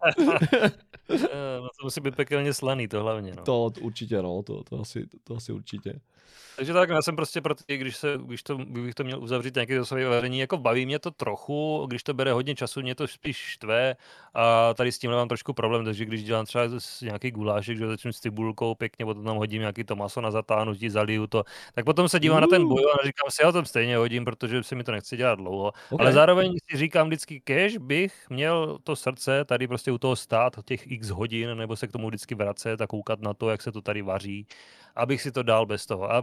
No to musí být pekelně slaný, to hlavně. No. To určitě, no, to, to, asi, to, to asi určitě. Takže tak, já jsem prostě pro ty, když, se, když to, bych to měl uzavřít nějaké to své vaření, jako baví mě to trochu, když to bere hodně času, mě to spíš štve a tady s tím mám trošku problém, takže když dělám třeba nějaký gulášek, že začnu s cibulkou, pěkně potom tam hodím nějaký to maso na zatáhnutí, zaliju to, tak potom se dívám uh. na ten bujon a říkám si, já to stejně hodím, protože si mi to nechci dělat dlouho, okay. Ale zároveň si říkám vždycky, kež bych měl to srdce tady prostě u toho stát těch x hodin, nebo se k tomu vždycky vracet a koukat na to, jak se to tady vaří, abych si to dal bez toho. A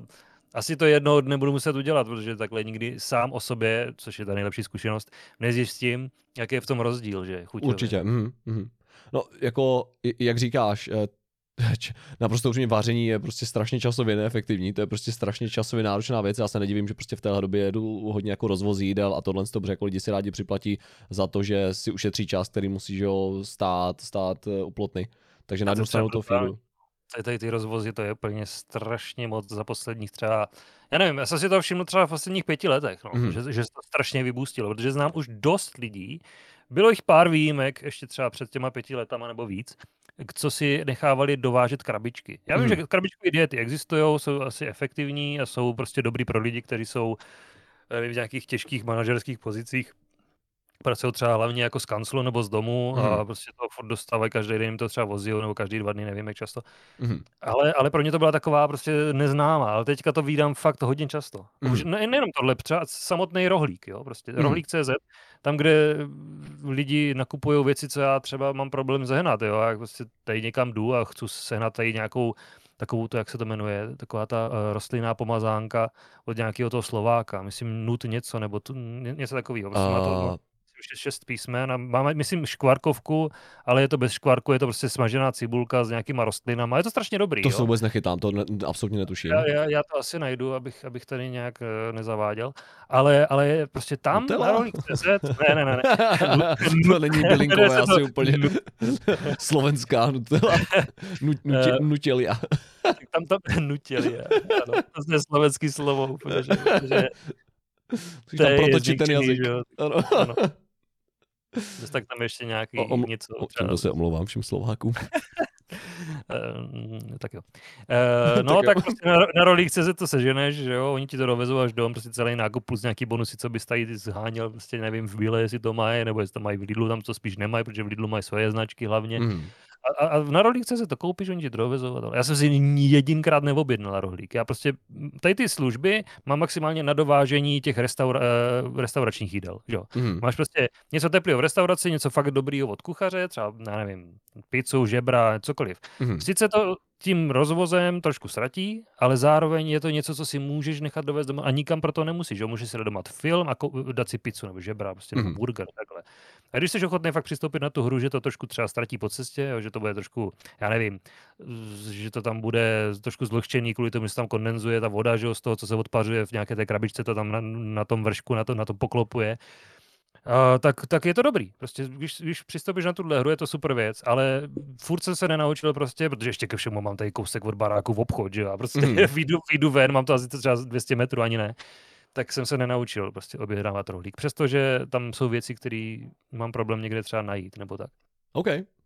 asi to jednoho dne budu muset udělat, protože takhle nikdy sám o sobě, což je ta nejlepší zkušenost, nezjistím, jaký je v tom rozdíl, že chuťově. Určitě. Mm, mm. No, jako, jak říkáš, naprosto upřímně vaření je prostě strašně časově neefektivní, to je prostě strašně časově náročná věc. Já se nedivím, že prostě v téhle době jedu hodně jako rozvoz jídel a tohle to, jako lidi si rádi připlatí za to, že si ušetří čas, který musí, že jo, stát, stát u plotny. Takže na jednu stranu to feedu. Tady ty rozvozy, to je úplně strašně moc za posledních třeba, já nevím, já jsem si to všiml třeba v posledních pěti letech, no, mm. že, že se to strašně vybůstilo, protože znám už dost lidí, bylo jich pár výjimek, ještě třeba před těma pěti letama nebo víc, co si nechávali dovážet krabičky. Já vím, mm. že krabičkové diety existují, jsou asi efektivní a jsou prostě dobrý pro lidi, kteří jsou v nějakých těžkých manažerských pozicích. Pracují třeba hlavně jako z kanclu nebo z domu mm. a prostě to furt dostávají, každý den jim to třeba vozí, nebo každý dva dny, nevím jak často. Mm. Ale, ale pro ně to byla taková prostě neznámá, ale teďka to vídám fakt hodně často. Mm. Už ne, nejenom tohle, třeba samotný rohlík, jo, prostě mm. rohlík tečka cé zet, tam, kde lidi nakupují věci, co já třeba mám problém sehnat, jo, já prostě tady někam jdu a chci sehnat tady nějakou takovou to, jak se to jmenuje, taková ta uh, rostlinná pomazánka od nějakého toho Slováka, myslím nut něco, nebo tu, něco takového, prostě uh... má to, no, šest písmen a máme, myslím, škvarkovku, ale je to bez škvarku, je to prostě smažená cibulka s nějakýma rostlinama. Je to strašně dobrý. To jo? se vůbec nechytám, to ne, absolutně netuším. Já, já, já to asi najdu, abych, abych tady nějak uh, nezaváděl. Ale, ale prostě tam na rohlík tečka cé zet, ne, ne, ne. ne. To není bylinkové, asi úplně slovenská Nutella. Nutě, nutělia. Tam tam nutělia. Ano, to je slovenský slovo úplně, že, že to tam protočit ten jazyk. Ano. Ano. Tak tam ještě nějaký o, om, něco. Tímto se omlouvám všem Slovákům. uh, tak jo. Uh, no tak, tak jo. Prostě na, na rohlík tečka cé zet to seženeš, že jo, oni ti to dovezou až dom, prostě celý nákup plus nějaký bonusy, co bys tady zháněl, prostě nevím v Bíle, jestli to mají, nebo jestli to mají v Lidlu, tam to spíš nemají, protože v Lidlu mají svoje značky hlavně. Mm. A, a na rohlík tečka cé zet to koupíš, oni ti to dovezou. Já jsem si jedinkrát neobjednal na rohlík. Já prostě tady ty služby mám maximálně na dovážení těch restaura, restauračních jídel. Jo. Mm. Máš prostě něco teplého v restauraci, něco fakt dobrýho od kuchaře, třeba, já nevím, pizzu, žebra, cokoliv. Mm. Sice to tím rozvozem trošku ztratí, ale zároveň je to něco, co si můžeš nechat dovést doma a nikam pro to nemusíš. Jo? Můžeš si dát film a dát si pizzu nebo žebra, prostě nebo mm. burger, takhle. A když jsi ochotný fakt přistoupit na tu hru, že to trošku třeba ztratí po cestě, jo? Že to bude trošku, já nevím, že to tam bude trošku zlehčený kvůli tomu, že se tam kondenzuje ta voda, že jo? Z toho, co se odpařuje v nějaké té krabičce, to tam na, na tom vršku, na to, na to poklopuje. Uh, tak, tak je to dobrý. Prostě, když, když přistoupíš na tuhle hru, je to super věc, ale furt jsem se nenaučil prostě, protože ještě ke všemu mám tady kousek od baráku v obchod, že jo, a prostě mm. vyjdu, vyjdu ven, mám to asi třeba dvě stě metrů, ani ne, tak jsem se nenaučil prostě objednávat rohlík, přestože tam jsou věci, které mám problém někde třeba najít, nebo tak. OK.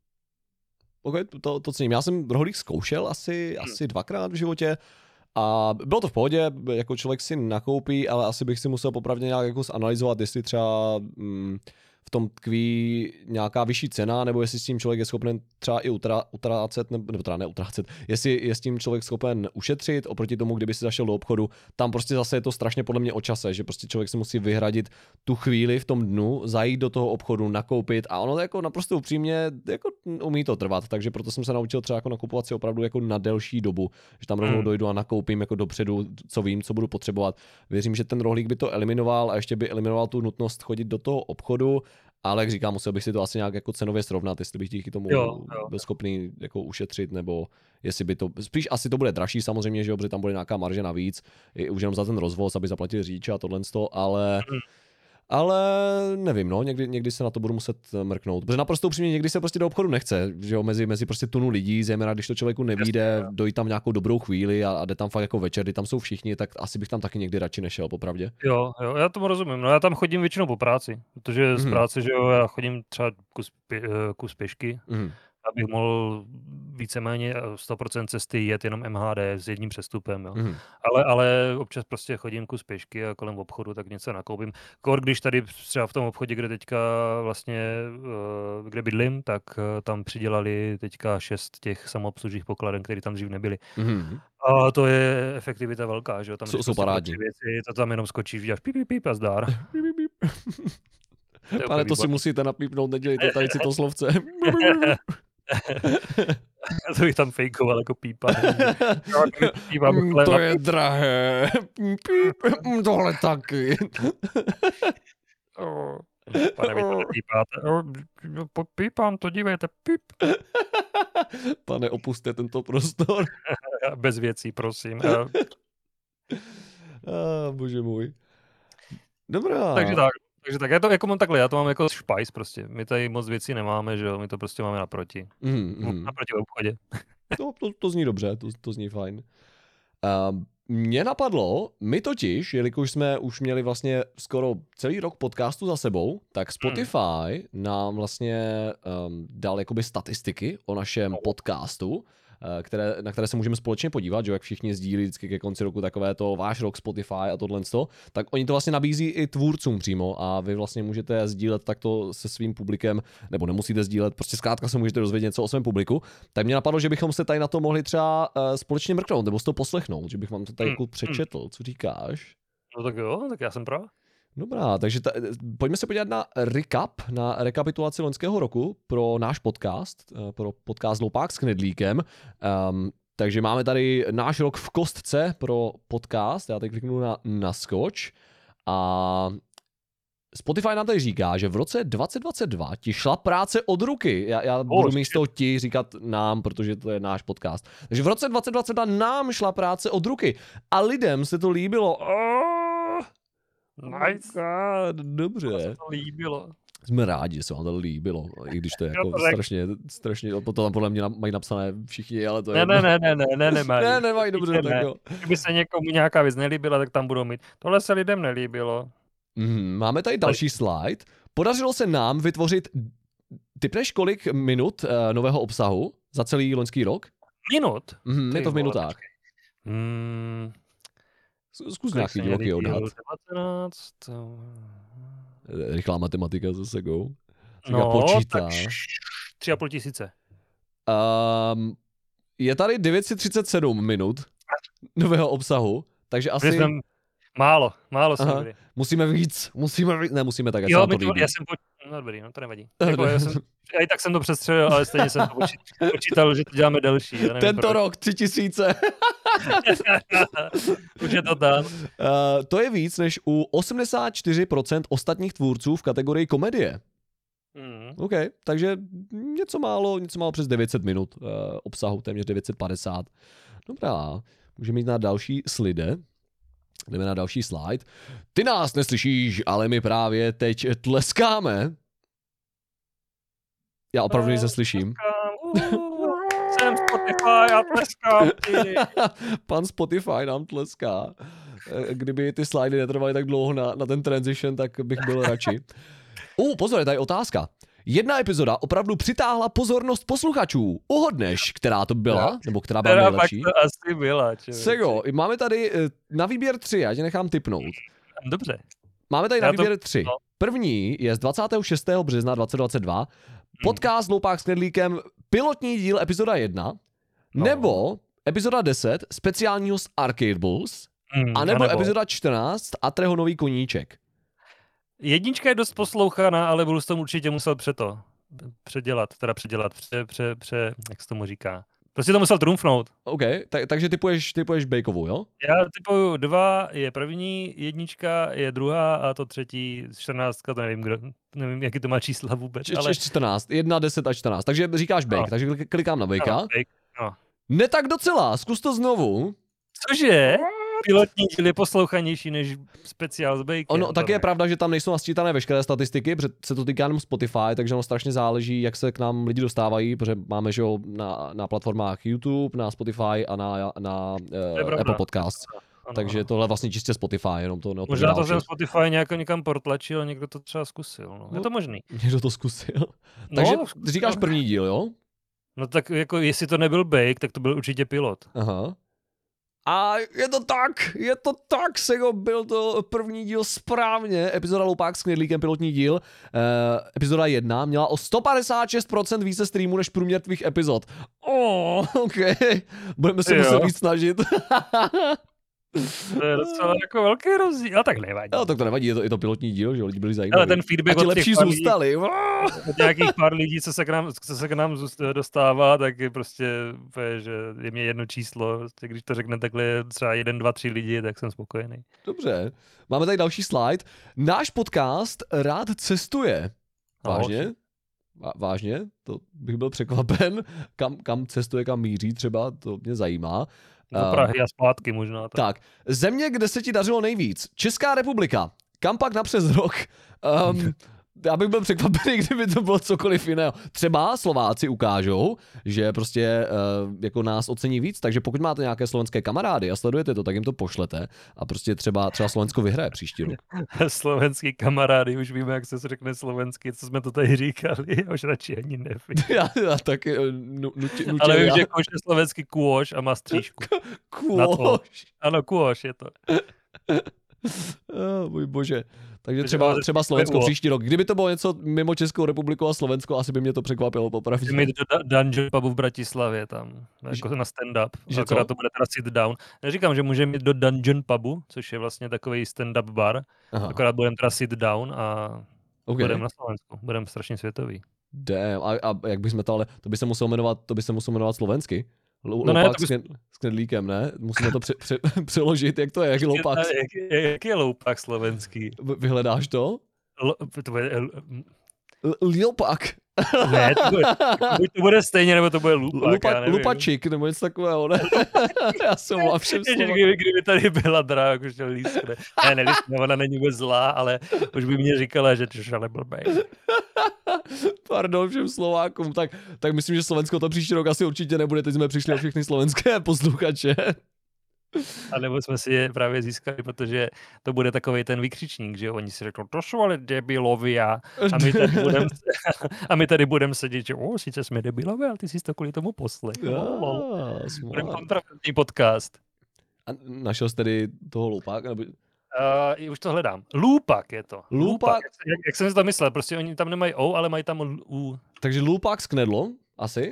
OK, to, to cením. Já jsem rohlík zkoušel asi, hmm. asi dvakrát v životě. A bylo to v pohodě, jako člověk si nakoupí, ale asi bych si musel popravdě nějak jako zanalyzovat, jestli třeba mm, v tom tkví nějaká vyšší cena, nebo jestli s tím člověk je schopen třeba i utra, utrácet, nebo, nebo teda ne utrácet, jestli je s tím člověk schopen ušetřit oproti tomu, kdyby si zašel do obchodu. Tam prostě zase je to strašně podle mě o čase, že prostě člověk si musí vyhradit tu chvíli v tom dnu, zajít do toho obchodu, nakoupit a ono jako naprosto upřímně jako umí to trvat, takže proto jsem se naučil třeba jako nakupovat si opravdu jako na delší dobu, že tam rovnou dojdu a nakoupím jako dopředu, co vím, co budu potřebovat. Věřím, že ten rohlík by to eliminoval a ještě by eliminoval tu nutnost chodit do toho obchodu. Ale jak říkám, musel bych si to asi nějak jako cenově srovnat, jestli bych díky tomu jo, jo. byl schopný jako ušetřit, nebo jestli by to, spíš asi to bude dražší samozřejmě, že jo, protože tam bude nějaká marže navíc, už jenom za ten rozvoz, aby zaplatili řidiče a tohle, ale, mm. ale nevím, no, někdy, někdy se na to budu muset mrknout, protože naprosto upřímně někdy se prostě do obchodu nechce, že jo, mezi, mezi prostě tunu lidí, zejména když to člověku nevíde, dojít tam nějakou dobrou chvíli a, a jde tam fakt jako večer, kdy tam jsou všichni, tak asi bych tam taky někdy radši nešel, popravdě. Jo, jo, já tomu rozumím, no já tam chodím většinou po práci, protože z práce, že jo, já chodím třeba kus, pě, kus pěšky, mm. abych mohl víceméně sto procent cesty jet jenom M H D s jedním přestupem, jo. Mm. Ale, ale občas prostě chodím kus pěšky a kolem obchodu tak něco nakoupím. Kor, když tady třeba v tom obchodě, kde teďka vlastně, kde bydlím, tak tam přidělali teďka šest těch samoobslužných pokladen, které tam dřív nebyly. Mm. A to je efektivita velká, že jo. Tam jsou, jsou parádní. Věci, to tam jenom skočíš, děláš píp, píp, píp a zdár. To Pane, to si musíte napípnout, nedělejte tady si to slovce. To bych tam fejkoval jako pípa. To je drahé. Tohle taky. Pane, vy to nepípáte. Pípám to, dívejte, píp. Pane, opuste tento prostor. Bez věcí, prosím. Ah, bože můj. Dobrá. Takže tak. Takže tak, já to jako mám takhle, já to mám jako špajs prostě. My tady moc věcí nemáme, že jo, my to prostě máme naproti. Mm, mm. Naproti v obchodě. To, to, to zní dobře, to, to zní fajn. Uh, mě napadlo, my totiž, jelikož jsme už měli vlastně skoro celý rok podcastu za sebou, tak Spotify hmm. nám vlastně um, dal jakoby statistiky o našem podcastu, které, na které se můžeme společně podívat, že jak všichni sdílí vždycky ke konci roku takové to váš rok Spotify a tohle, tak oni to vlastně nabízí i tvůrcům přímo a vy vlastně můžete sdílet takto se svým publikem, nebo nemusíte sdílet, prostě zkrátka se můžete dozvědět něco o svém publiku. Tak mě napadlo, že bychom se tady na to mohli třeba uh, společně mrknout, nebo si to poslechnout, že bych vám to tady jako přečetl, co říkáš? No tak jo, tak já jsem pro. Dobrá, takže ta, pojďme se podívat na recap, na rekapitulaci loňského roku pro náš podcast, pro podcast Loupák s Knedlíkem. Um, takže máme tady náš rok v kostce pro podcast, já teď kliknu na naskoč a Spotify nám tady říká, že v roce dvacet dvacet dva ti šla práce od ruky. Já, já budu místo ti říkat nám, protože to je náš podcast. Takže v roce dvacet dvacet dva nám šla práce od ruky a lidem se to líbilo. Oh! Nice. God, dobře. To se to líbilo. Jsme rádi, že se vám to líbilo, i když to je jako strašně, strašně, to tam podle mě mají napsané všichni, ale to je... Ne, ne, ne, ne, ne, nemají. Ne, nemají, dobře, tak jo. Kdyby se někomu nějaká věc nelíbila, tak tam budou mít. Tohle se lidem nelíbilo. Mm, máme tady další slide. Podařilo se nám vytvořit, typneš kolik minut uh, nového obsahu za celý loňský rok? Minut? Mm, je to v minutách. Hmm... Zkus nějaký divoký odhad. Rychlá matematika zase go. No, počítá. tak tři a půl tisíce. Um, je tady devět set třicet sedm minut nového obsahu, takže asi... Jsem... Málo, málo jsme byli. Musíme víc, musíme víc, ne, musíme tak, jo, já to líbí. Já jsem poč... No dobrý, no to nevadí. Jako, já, jsem... já i tak jsem to přestřelil, ale stejně jsem to počítal, počítal, že to děláme delší. Tento proč. Rok, tři tisíce. Už je to tam. Uh, to je víc než u osmdesát čtyři procent ostatních tvůrců v kategorii komedie. Mm. OK, takže něco málo, něco málo přes devět set minut uh, obsahu, téměř devět set padesát. Dobrá, můžeme jít na další slide. Jdeme na další slide. Ty nás neslyšíš, ale my právě teď tleskáme. Já opravdu nic neslyším. Jsem Spotify a tleskám ti. Pan Spotify nám tleská. Kdyby ty slidy netrvaly tak dlouho na, na ten transition, tak bych byl radši. Uh, pozor, je tady otázka. Jedna epizoda opravdu přitáhla pozornost posluchačů. Uhodneš, která to byla? Nebo která byla která nejlepší? Která to asi byla. Sego, máme tady na výběr tři, já tě nechám tipnout. Dobře. Máme tady já na výběr to... tři. No. První je z dvacátého šestého března dvacet dvacet dva. Podcast Loupák s Knedlíkem, pilotní díl epizoda jedna. No. Nebo epizoda deset, speciální host Arcade Bulls. Mm, a nebo epizoda čtrnáct, Atreho nový koníček. Jednička je dost poslouchaná, ale Bulls to určitě musel přeto. Předělat, teda předělat, pře, pře, pře, jak se tomu říká. Prostě to musel trumfnout. OK, tak, takže typuješ, typuješ Bejkovou, jo? Já typuju dva je první, jednička je druhá a to třetí, čtrnáctka, to nevím, kdo, nevím, jaký to má čísla vůbec. Č- ale... čtrnáct, jedna, deset a čtrnáct, takže říkáš Bejk, no. Takže klikám na Bejka. No, Bejk, no. Ne tak docela, zkus to znovu. Cože? Pilotní díl je poslouchanější než speciál s Bejkem. Ono taky je pravda, že tam nejsou nasčítané veškeré statistiky, protože se to týká jenom Spotify, takže ono strašně záleží, jak se k nám lidi dostávají, protože máme, že jo, na, na platformách YouTube, na Spotify a na, na uh, Apple Podcasts. Ano, takže ano. Tohle vlastně čistě Spotify, jenom to neodpovídá. Možná to ten Spotify nějak někam protlačil a někdo to třeba zkusil. No. Je to možný. Někdo to zkusil. Takže no, ty říkáš první díl, jo? No tak jako jestli to nebyl Bake, tak to byl určitě pilot. Aha. A je to tak, je to tak, Sego, byl to první díl správně, epizoda Loupák s Knedlíkem, pilotní díl, uh, epizoda jedna, měla o sto padesát šest procent více streamů než průměr tvých epizod. Oh, ok, budeme se muset víc snažit. To je docela jako velký rozdíl, a tak nevadí. No, tak to nevadí, je to, je to pilotní díl, že lidi byli zajímaví. Ale ten feedback a ti od těch lepší pár lidí, zůstali. od nějakých pár lidí, co se k nám, co se k nám zůst- dostává, tak je prostě, že je mě jedno číslo. Prostě, když to řekne takhle třeba jeden, dva, tři lidi, tak jsem spokojený. Dobře. Máme tady další slide. Náš podcast rád cestuje. Vážně? Vá- vážně? To bych byl překvapen. Kam, kam cestuje, kam míří třeba, to mě zajímá. Do Prahy a zpátky možná. Tak. tak, země, kde se ti dařilo nejvíc. Česká republika. Kam pak na přes rok? Um, já bych byl překvapený, kdyby to bylo cokoliv jiného. Třeba Slováci ukážou, že prostě uh, jako nás ocení víc, takže pokud máte nějaké slovenské kamarády a sledujete to, tak jim to pošlete a prostě třeba, třeba Slovensko vyhraje příští rok. Slovenský kamarády, už víme, jak se řekne slovensky, co jsme to tady říkali, já už radši ani nevím. já, já taky nu, nutě, nutě, Ale vím, já... že kouš je slovensky kůš a má střížku. Kůš. Ano, kůš je to. Oh, můj bože. Takže třeba, třeba Slovensko příští rok. Kdyby to bylo něco mimo Českou republiku a Slovensko, asi by mě to překvapilo popravdě. Mít do Dungeon Pubu v Bratislavě tam, jako na stand-up. Že akorát co? to bude teda sit down. Neříkám, že můžeme jít do Dungeon Pubu, což je vlastně takový stand-up bar. Aha. Akorát budeme teda sit down a okay. budeme na Slovensku. Budeme strašně světový. Damn. A, a jak bychom to ale, to by se muselo jmenovat, to by se muselo jmenovat slovensky. L- no ne, loupák bys... s knedlíkem, ne? Musíme to pře- pře- přeložit, jak to je, jaký loupák. Jak, jak je loupák slovenský? Vyhledáš to? L- to bude... Loupák. Ne, to bude, buď to bude stejně, nebo to bude lupak, Lupa, já nevím. lupačik, nebo něco takového, ne? Já jsem mluvil všem slova. Kdyby, kdyby tady byla drá, jak už to lískne. Ne, nelískne, ona není vůbec zlá, ale už by mě říkala, že to je ale blbej. Pardon všem Slovákům, tak, tak myslím, že Slovensko to příští rok asi určitě nebude, teď jsme přišli o všechny slovenské posluchače. A nebo jsme si je právě získali, protože to bude takovej ten vykřičník, že oni si řeknou, to jsou ale debilovia. A my tady budeme a my tady budeme sedět, že o, sice jsme debilové, ale ty jsi to kvůli tomu poslech. Budeme kontraverzní podcast. A našel jsi tedy toho loupáka? Nebo... Uh, už to hledám. Lůpak je to. Lůpak. Jak, jak, jak jsem si to myslel, prostě oni tam nemají O, ale mají tam U. Takže lůpak s knedlo, asi?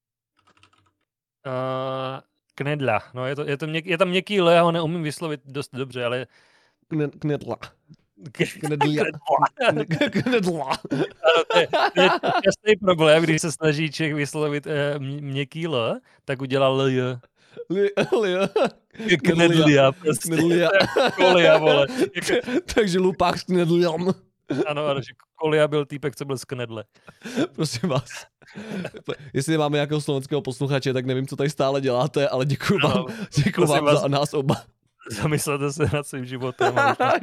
Uh, knedla, no je, to, je, to měk, je tam měkký le, já ho neumím vyslovit dost dobře, ale... Knedla. Knedla. Knedla. Ano, to je, to je častý problém, když se snaží Čech vyslovit uh, měkký L, tak udělá L J. Knedlia. Knedlia, prostě. Knedlia. Kolia, vole. Takže lupák s knedliam. Ano, ano, že Kolia byl týpek, co byl z knedle. Prosím vás. Jestli máme nějakého slovenského posluchače, tak nevím, co tady stále děláte, ale děkuji vám, děkuji vám vás, za nás oba. Zamyslete se nad svým životem.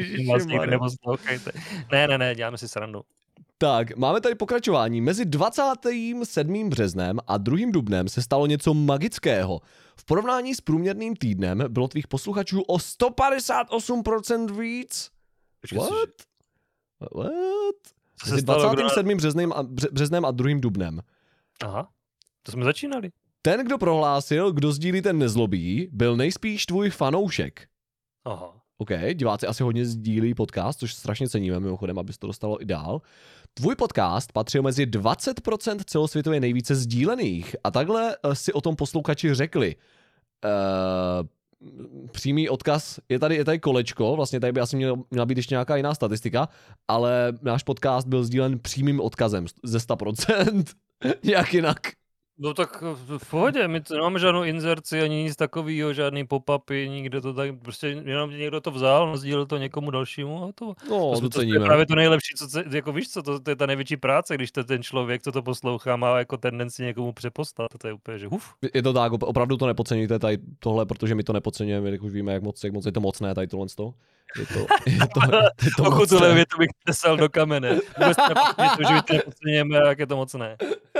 Ne, ne, ne, děláme si srandu. Tak, máme tady pokračování. Mezi dvacátým sedmým březnem a druhým dubnem se stalo něco magického. V porovnání s průměrným týdnem bylo tvých posluchačů o sto padesát osm procent víc. What? What? Mezi dvacátým sedmým březnem a, březnem a druhým dubnem. Aha, to jsme začínali. Ten, kdo prohlásil, kdo sdílí, ten nezlobí, byl nejspíš tvůj fanoušek. Aha. OK, diváci asi hodně sdílí podcast, což strašně ceníme mimochodem, aby se to dostalo i dál. Tvůj podcast patřil mezi dvacet procent celosvětově nejvíce sdílených a takhle si o tom posluchači řekli. Uh, přímý odkaz, je tady, je tady kolečko, vlastně tady by asi měl, měla být ještě nějaká jiná statistika, ale náš podcast byl sdílen přímým odkazem ze sto procent. Jak jinak. No tak v pohodě, my nemáme žádnou inzerci ani nic takového, žádný pop-upy, nikdo to tak, prostě jenom někdo to vzal, sdílel to někomu dalšímu a to. No, to, to je právě to nejlepší, co se, jako víš co, to, to je ta největší práce, když to ten člověk, co to poslouchá, má jako tendenci někomu přepostat, to je úplně, že huf. Je to tak, opravdu to nepodceňujte tady tohle, protože my to nepodceňujeme, jak už víme, jak moc, jak moc je to mocné tady tohle. Je to, je to, je to Pokud tohle větu bych tesal do kamene. Vůbec nepodceňujte, že my to nepodceňujeme, jak je to mocné.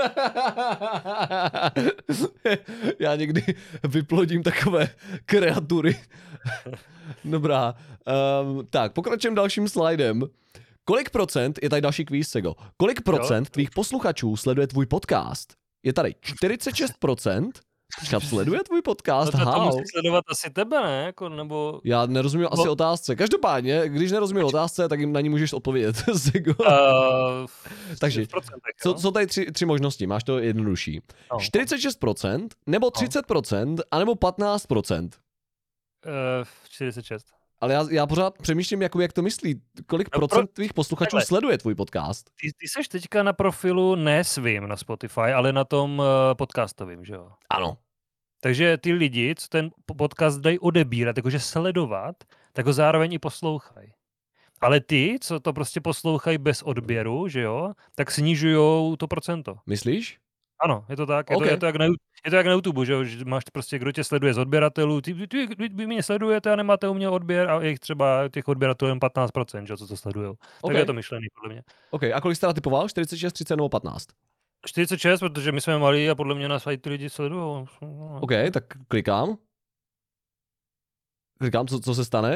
Já někdy vyplodím takové kreatury. Dobrá. Um, tak, pokračujeme dalším slajdem. Kolik procent, je tady další kvíz, Sego. Kolik procent tvých posluchačů sleduje tvůj podcast? Je tady čtyřicet šest procent. Počkat, sleduje tvůj podcast? No to, to musí sledovat asi tebe, ne? Jako, nebo... Já nerozumím no. asi otázce. Každopádně, když nerozumím otázce, tak jim na ní můžeš odpovědět. uh, Takže, co, co tady tři, tři možnosti? Máš to jednodušší. No. čtyřicet šest procent, nebo třicet procent, anebo patnáct procent? Uh, čtyřicet šest. Ale já, já pořád přemýšlím, jako, jak to myslí. Kolik No, procent pro... tvých posluchačů Takhle. sleduje tvůj podcast? Ty, ty seš teďka na profilu ne svým na Spotify, ale na tom uh, podcastovým, že jo? Ano. Takže ty lidi, co ten podcast dají odebírat, jakože sledovat, tak ho zároveň i poslouchají. Ale ty, co to prostě poslouchají bez odběru, že jo, tak snižujou to procento. Myslíš? Ano, je to tak. Je, okay. to, je, to, jak na, je to jak na YouTube, že jo, že máš prostě, kdo tě sleduje z odběratelů, ty, ty, vy, vy mě sledujete a nemáte u mě odběr a jich třeba těch odběratelů jen patnáct procent, že jo, co to sledujou. Okay. Tak je to myšlený, podle mě. OK, a kolik jsi teda typoval? čtyřicet šest, třicet nebo patnáct? čtyřicet šest, protože my jsme malí a podle mě nás i ty lidi sledují. OK, tak klikám. Klikám, co, co se stane.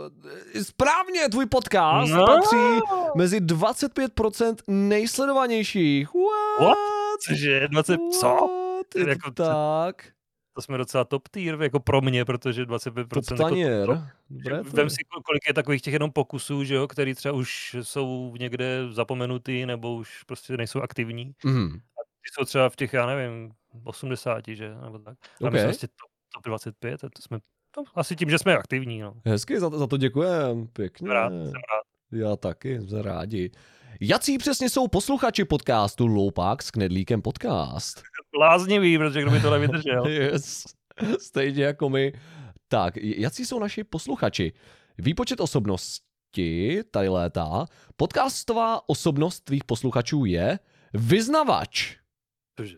Správně, tvůj podcast no. patří mezi dvacet pět procent nejsledovanějších. What? What? Cože, dvacet procent? Co? Je jako, tak. To jsme docela top tier, jako pro mě, protože dvacet pět procent top jako top, Dobré, vem si, kolik je takových těch jenom pokusů, že jo, který třeba už jsou někde zapomenutý, nebo už prostě nejsou aktivní. Mm. A ty jsou třeba v těch, já nevím, osmdesáti, že? Nebo tak. A okay. my jsme vlastně top, top dvacet pět, a to jsme to asi tím, že jsme aktivní, no. Hezky, za to, za to děkujem, pěkně. Jsem rád, jsem rád. Já taky, jsem rádi. Jací přesně jsou posluchači podcastu Loupak s Knedlíkem podcast? Bláznivý, protože kdo by to nevydržel. Yes. Stejně jako my. Tak, jací jsou naši posluchači? Výpočet osobnosti, tady létá. Podcastová osobnost tvých posluchačů je vyznavač. Cože?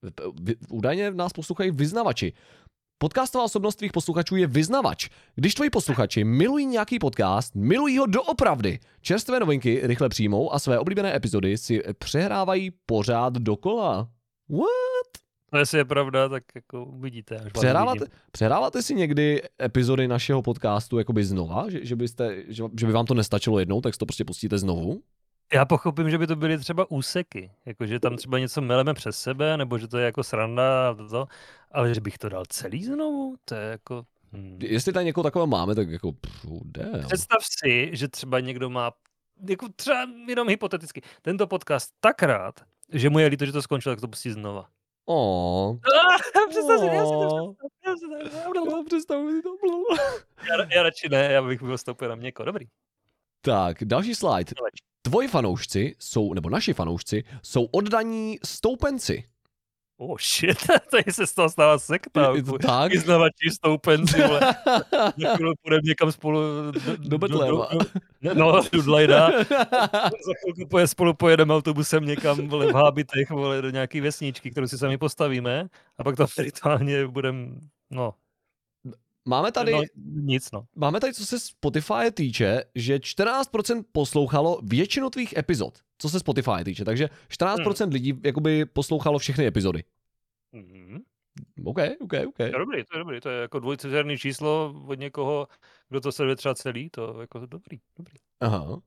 Údajně nás poslouchají vyznavači. Podcastová osobnost tvých posluchačů je vyznavač. Když tvoji posluchači milují nějaký podcast, milují ho doopravdy. Čerstvé novinky rychle přijmou a své oblíbené epizody si přehrávají pořád dokola. What? To jestli je pravda, tak jako uvidíte. Až Přehráváte, přehráváte si někdy epizody našeho podcastu jakoby znova? Že, že, byste, že, že by vám to nestačilo jednou, tak si to prostě pustíte znovu? Já pochopím, že by to byly třeba úseky, jako že tam třeba něco meleme přes sebe, nebo že to je jako sranda a to, ale že bych to dal celý znovu, to je jako... Hmm. Jestli tady někoho takového máme, tak jako... Pff, Představ si, že třeba někdo má, jako třeba jenom hypoteticky, tento podcast tak rád, že mu je líto, že to skončilo, tak to pustí znova. Oh. Představ si, já si to představ. Já, já radši ne, já bych byl stoupil na měko, dobrý. Tak, další slide. Tvoji fanoušci jsou, nebo naši fanoušci, jsou oddaní stoupenci. Oh shit, tady se z toho stává sekta. Je to tak? Vyznavači stoupenci, vole. Za chvíli půjdeme někam spolu do, do Betléma. No, do Dlajda. Za chvilku poje, spolu pojedeme autobusem někam, vole, v Hábitech, vole, do nějaký vesničky, kterou si sami postavíme. A pak to rituálně budeme, no. Máme tady, no, nic, no. Máme tady, co se Spotify týče, že čtrnáct procent poslouchalo většinu tvých epizod, co se Spotify týče, takže čtrnáct procent hmm. lidí jakoby poslouchalo všechny epizody. Hmm. OK, OK, OK. To je dobrý, to je dobrý, to je jako dvojciferný číslo od někoho, kdo to sleduje třeba celý, to je jako dobrý, dobrý. Aha.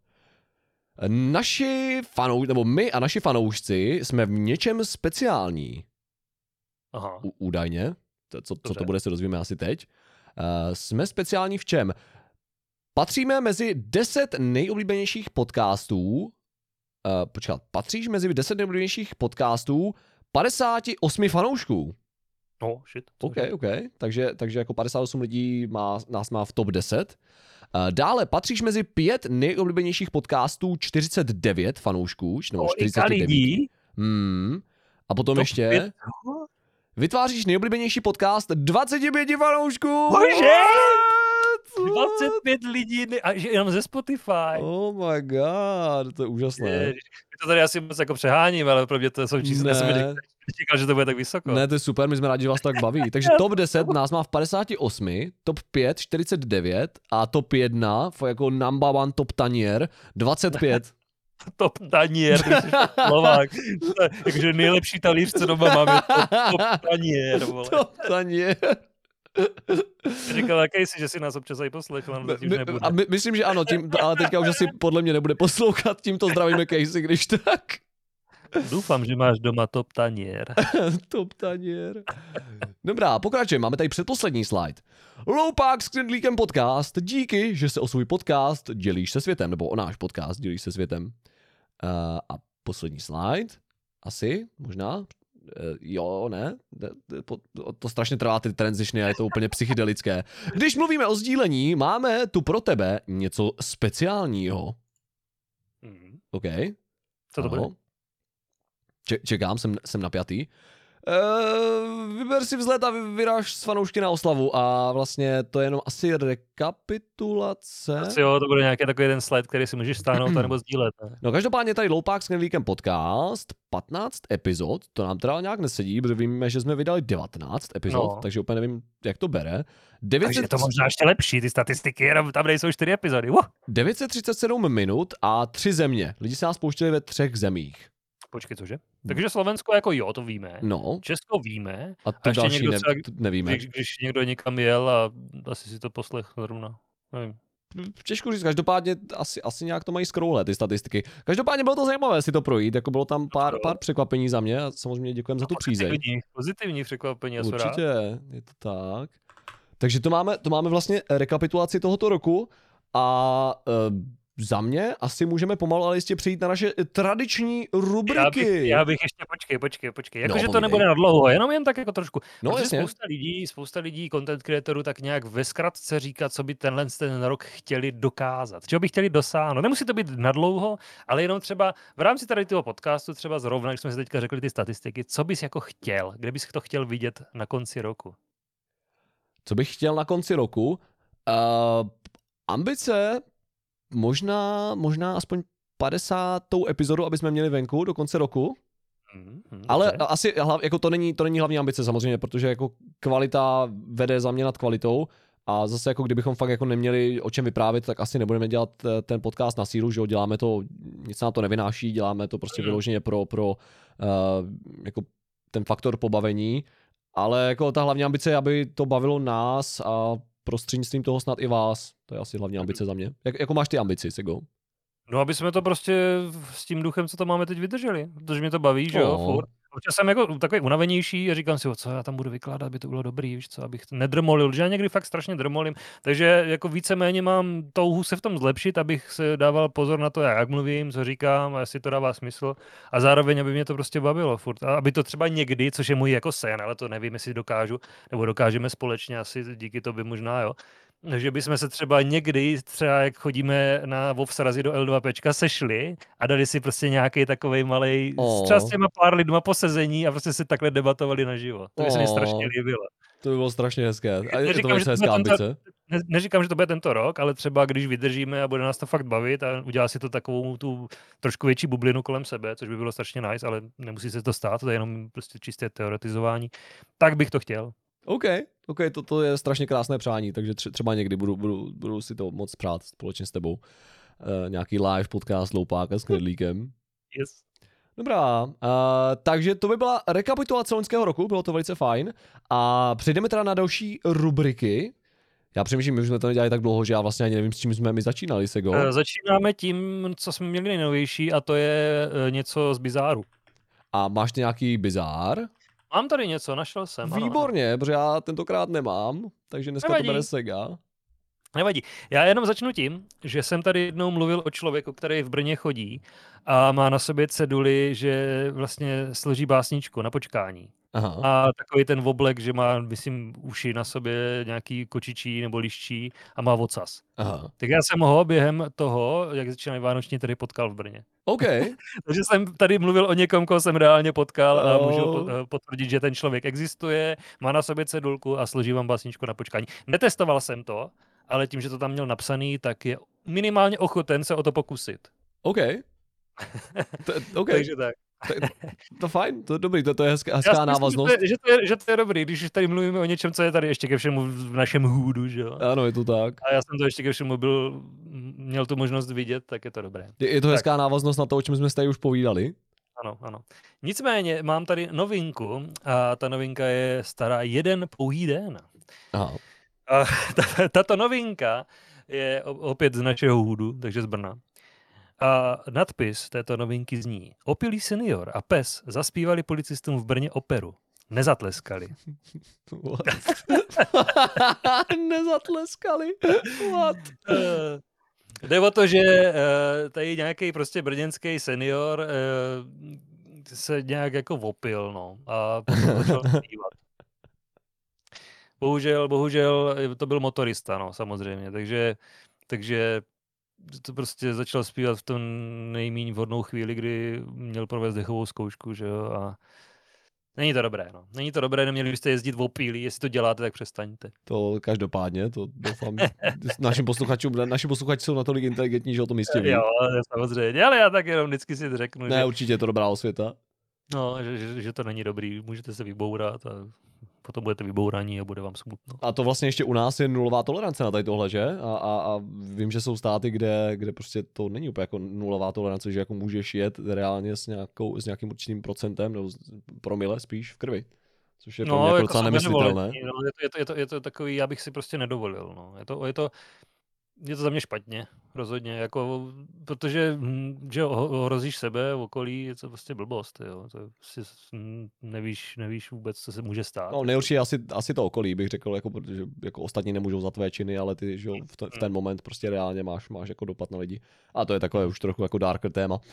Naši fanoušci, nebo my a naši fanoušci jsme v něčem speciální. Aha. U, údajně, co, co, co to bude, se dozvíme asi teď. Uh, jsme speciální v čem? Patříme mezi deset nejoblíbenějších podcastů. Uh, počkat, patříš mezi deset nejoblíbenějších podcastů padesát osm fanoušků. Oh, shit. OK, OK. Takže, takže jako padesát osm lidí má, nás má v top deset. Uh, dále patříš mezi pět nejoblíbenějších podcastů čtyřicet devět fanoušků. Nebo oh, čtyřicet devět. Hmm. A potom top ještě... pět. Vytváříš nejoblíbenější podcast dvacet pět fanoušků. Bože! dvacet pět lidí, ne, a jenom ze Spotify. Oh my god, to je úžasné. Je, to tady asi moc jako přeháním, ale pro mě to jsou čísla. Ne. Jsem čekal, že to bude tak vysoko. Ne, to je super, my jsme rádi, že vás to tak baví. Takže top deset nás má v padesát osm, top pět čtyřicet devět a top jedna, jako number one top tanier, dvacet pět. Top tanier, Slovák. Takže nejlepší talíř, co doma mám, je top, top tanier. Vole. Top tanier. Říkal, jaký jsi, že si nás občas aj poslechl, ale teď už nebude. A my, myslím, že ano, tím, ale teďka už asi podle mě nebude poslouchat, tímto zdravíme Casey, když tak. Doufám, že máš doma top tanier. Top tanier. Dobrá, pokračujeme, máme tady předposlední slide. Loupak s Knedlíkem podcast, díky, že se o svůj podcast dělíš se světem, nebo o náš podcast dělíš se světem. Uh, a poslední slide, asi, možná, jo, ne? To strašně trvá ty transition a je to úplně psychedelické. Když mluvíme o sdílení, máme tu pro tebe něco speciálního. Mm. OK. Co to ano. bude? Čekám, jsem, jsem napjatý. Uh, vyber si vzlet a vyráž s fanoušky na oslavu a vlastně to je jenom asi rekapitulace. Asi jo, to bude nějaký takový ten slide, který si můžeš stáhnout a nebo sdílet. Ne? No každopádně tady Loupák s Knedlíkem podcast, patnáct epizod, to nám teda nějak nesedí, protože víme, že jsme vydali devatenáct epizod, no. takže úplně nevím, jak to bere. devět set... Takže je to možná ještě lepší, ty statistiky, jenom tam nejsou čtyři epizody. Uh. devět set třicet sedm minut a tři země. Lidi se nás pouštěli ve třech zemích. Počkej, cože? Takže Slovensko jako jo, to víme. No. Česko víme. A to a ještě další někdo ne, třeba, nevíme. Když, když někdo někam jel a asi si to poslech zrovna. Nevím. Těžko říct, každopádně asi, asi nějak to mají scrolle, ty statistiky. Každopádně bylo to zajímavé si to projít, jako bylo tam pár, pár překvapení za mě a samozřejmě děkujeme za tu přízeň. Pozitivní, pozitivní překvapení. Určitě, je to tak. Takže to máme, to máme vlastně rekapitulaci tohoto roku a uh, za mě asi můžeme pomalu ale jistě přijít na naše tradiční rubriky. Já bych, já bych ještě, počkej, počkej, počkej. Jakože no, to nebude na dlouho, jenom jen tak jako trošku. No, Protože jasně. spousta lidí, spousta lidí, content creatorů tak nějak ve zkratce říká, co by tenhle ten rok chtěli dokázat. Čeho by chtěli dosáhnout. Nemusí to být na dlouho, ale jenom třeba v rámci tady toho podcastu, třeba zrovna, když jsme si teďka řekli ty statistiky, co bys jako chtěl, kde bys to chtěl vidět na konci roku? Co bych chtěl na konci roku? Uh, ambice Možná, možná aspoň padesátou epizodu, aby jsme měli venku do konce roku. Mm, mm, ale dobře. asi jako to není, to není hlavní ambice samozřejmě, protože jako kvalita vede za mě nad kvalitou a zase jako kdybychom fakt jako neměli o čem vyprávět, tak asi nebudeme dělat ten podcast na sílu, že jo, děláme to, nic nám to nevynáší, děláme to prostě vyloženě pro, pro uh, jako ten faktor pobavení, ale jako ta hlavní ambice je, aby to bavilo nás a prostřednictvím toho snad i vás. To je asi hlavní ambice za mě. Jak, jako máš ty ambici, Sego? No, aby jsme to prostě s tím duchem, co to máme teď, vydrželi. Protože mě to baví, že jo, oh. furt. Občas jsem jako takový unavenější a říkám si, co já tam budu vykládat, aby to bylo dobrý, víš co, abych to nedrmolil, že já někdy fakt strašně drmolím. Takže jako víceméně mám touhu se v tom zlepšit, abych se dával pozor na to, jak mluvím, co říkám, a jestli to dává smysl. A zároveň, aby mě to prostě bavilo furt. A aby to třeba někdy, což je můj jako sen, ale to nevím, jestli dokážu, nebo dokážeme společně, asi díky tobě možná, jo. Že bychom se třeba někdy, třeba jak chodíme na WoW srazy do el dva pečka, sešli a dali si prostě nějaký takovej malej, oh. třeba s těma pár lidma posezení a prostě si takhle debatovali naživo. To by se mi oh. strašně líbilo. To by bylo strašně hezké. A je neříkám, to velice hezká ambice. Ne, neříkám, že to bude tento rok, ale třeba když vydržíme a bude nás to fakt bavit a udělá si to takovou tu trošku větší bublinu kolem sebe, což by bylo strašně nice, ale nemusí se to stát, to je jenom prostě čisté teoretizování, tak bych to chtěl. OK, OK, to, to je strašně krásné přání, takže třeba někdy budu, budu, budu si to moc přát společně s tebou. Uh, nějaký live podcast Loupáka s Knedlíkem. Yes. Dobrá, uh, takže to by byla rekapitulace loňského roku, bylo to velice fajn. A přejdeme teda na další rubriky. Já přemýšlím, že jsme to nedělali tak dlouho, že já vlastně ani nevím, s čím jsme my začínali, Sego. Uh, začínáme tím, co jsme měli nejnovější, a to je uh, něco z bizáru. A máš ty nějaký bizár? Mám tady něco, našel jsem. Výborně, ano. Protože já tentokrát nemám, takže dneska Nevadí. to bere Sega. Nevadí. Já jenom začnu tím, že jsem tady jednou mluvil o člověku, který v Brně chodí a má na sobě ceduly, že vlastně složí básničku na počkání. Aha. A takový ten oblek, že má, myslím, uši na sobě nějaký kočičí nebo liščí a má ocas. Aha. Tak já jsem ho během toho, jak začínají vánoční, tady potkal v Brně. OK. Takže jsem tady mluvil o někom, koho jsem reálně potkal a oh. můžu potvrdit, že ten člověk existuje, má na sobě cedulku a složí vám básničku na počkání. Netestoval jsem to, ale tím, že to tam měl napsaný, tak je minimálně ochoten se o to pokusit. OK. To, okay. Takže tak. To, to fajn, to je dobrý, to, to je hezká, hezká Já návaznost. Myslím, že, to je, že to je dobrý, když tady mluvíme o něčem, co je tady ještě ke všemu v našem hůdu, že jo? Ano, je to tak. A já jsem to ještě ke všemu byl, měl tu možnost vidět, tak je to dobré. Je, je to tak. hezká návaznost na to, o čem jsme tady už povídali. Ano, ano. Nicméně mám tady novinku a ta novinka je stará jeden pouhý den. Aha. A tato novinka je opět z našeho hůdu, takže z Brna. A nadpis této novinky zní: Opilý senior a pes zaspívali policistům v Brně operu. Nezatleskali. Nezatleskali? What? Jde o to, že tady nějaký prostě brněnský senior se nějak jako opil, no, a potom začal zpívat. Bohužel, bohužel to byl motorista, no, samozřejmě, takže, takže to prostě začal zpívat v tom nejméně vhodnou chvíli, kdy měl provést dechovou zkoušku, že jo, a není to dobré, no. Není to dobré, neměli byste jezdit v opílí, jestli to děláte, tak přestaňte. To každopádně, to doufám, našim posluchačům, naši posluchači jsou natolik inteligentní, že o tom jistě ví. Jo, samozřejmě, ale já tak jenom vždycky si řeknu, Ne, že... určitě je to dobrá osvěta. No, že, že, že to není dobrý, můžete se vybourat a potom budete vybouraní a bude vám smutno. A to vlastně ještě u nás je nulová tolerance na tady tohle, že? A, a, a vím, že jsou státy, kde, kde prostě to není úplně jako nulová tolerance, že jako můžeš jet reálně s, nějakou, s nějakým určitým procentem, nebo promile spíš v krvi. Což je pro no, mě jako jako docela nemyslitelné. No, je, to, je, to, je, to, je to takový, já bych si prostě nedovolil. No. Je, to, je, to, je to za mě špatně, rozhodně, jako, protože že ohrozíš sebe, okolí, je to prostě blbost. Jo. To si nevíš, nevíš vůbec, co se může stát. No, nejhorší je asi, asi to okolí, bych řekl, jako, protože jako ostatní nemůžou za tvé činy, ale ty že v, ten, v ten moment prostě reálně máš, máš jako dopad na lidi. A to je takové už trochu jako darker téma. Uh,